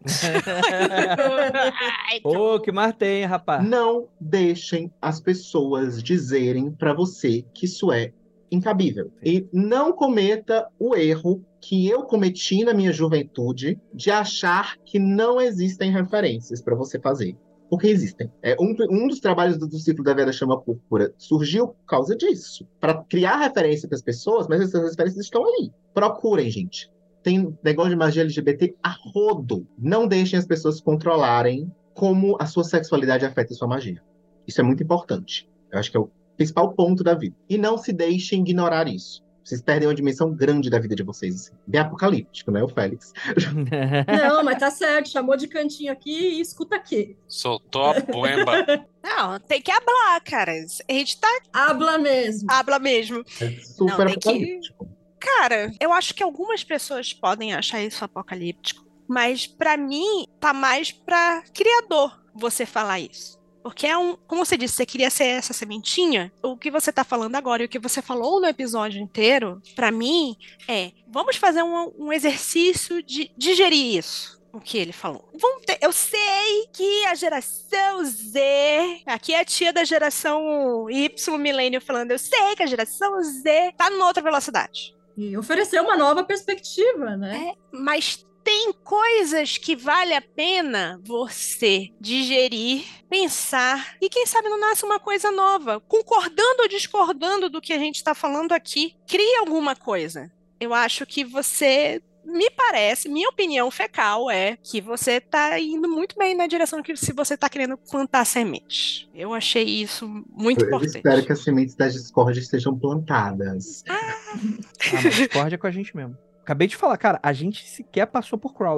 Ai, que Ô, que mais tem, rapaz? Não deixem as pessoas dizerem pra você que isso é incabível. E não cometa o erro que eu cometi na minha juventude de achar que não existem referências pra você fazer. Porque existem. É, um, um dos trabalhos do, do Ciclo da Veda Chama Púrpura surgiu por causa disso. Para criar referência para as pessoas, mas essas referências estão ali. Procurem, gente. Tem negócio de magia L G B T a rodo. Não deixem as pessoas controlarem como a sua sexualidade afeta a sua magia. Isso é muito importante. Eu acho que é o principal ponto da vida. E não se deixem ignorar isso. Vocês perdem uma dimensão grande da vida de vocês. Assim. Bem apocalíptico, né, o Félix? Não, mas tá certo. Chamou de cantinho aqui e escuta aqui. Soltou a poema. Não, tem que hablar, cara. A gente tá. Habla mesmo. Habla mesmo. É super tem que- apocalíptico. Cara, eu acho que algumas pessoas podem achar isso apocalíptico, mas pra mim tá mais pra criador você falar isso. Porque é um, como você disse, você queria ser essa sementinha. O que você tá falando agora e o que você falou no episódio inteiro, pra mim, é: vamos fazer um, um exercício de digerir isso. O que ele falou. Vamos ter- eu sei que a geração Z, aqui é a tia da geração Y milênio falando, eu sei que a geração Z tá numa outra velocidade. E oferecer uma nova perspectiva, né? É, mas tem coisas que vale a pena você digerir, pensar, e quem sabe não nasce uma coisa nova, concordando ou discordando do que a gente está falando aqui. Cria alguma coisa. Eu acho que você, me parece, minha opinião fecal é que você está indo muito bem na direção que se você está querendo plantar sementes. Eu achei isso muito Eu importante. espero que as sementes da discórdia sejam plantadas. Ah, mas discórdia com a gente mesmo. Acabei de falar, cara, a gente sequer passou por Crowley.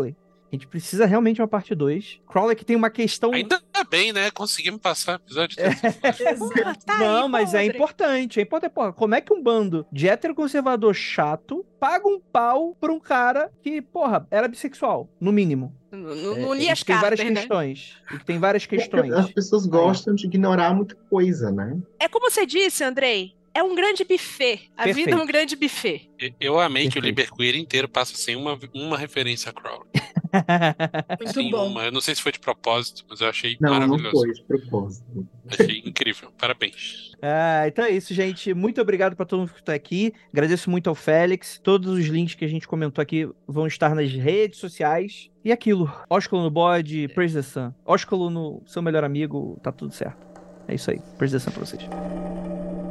A gente precisa realmente de uma parte dois. Crowley que tem uma questão... Ainda bem, né? Conseguimos passar o episódio. Exato. Tá Não, aí, mas é podre. importante. É importante. Porra, como é que um bando de heteroconservador chato paga um pau pra um cara que, porra, era bissexual, no mínimo? Não, não, É, não li e as que tem cartas, várias né? questões. E que tem várias questões. As pessoas gostam de ignorar muita coisa, né? É como você disse, Andrei, é um grande buffet. A vida é Perfeito. um grande buffet. Eu amei que o Perfeito. Liberqueer inteiro passa sem uma, uma referência a Crowley. Muito Sem bom. uma. Eu não sei se foi de propósito, mas eu achei Não, não maravilhoso. foi de propósito. Achei incrível. Parabéns. Ah, então é isso, gente. Muito obrigado pra todo mundo que está aqui. Agradeço muito ao Félix. Todos os links que a gente comentou aqui vão estar nas redes sociais. E aquilo. Ósculo no bode, Praise the Sun. Ósculo no seu melhor amigo, tá tudo certo. É isso aí. Praise the Sun pra vocês.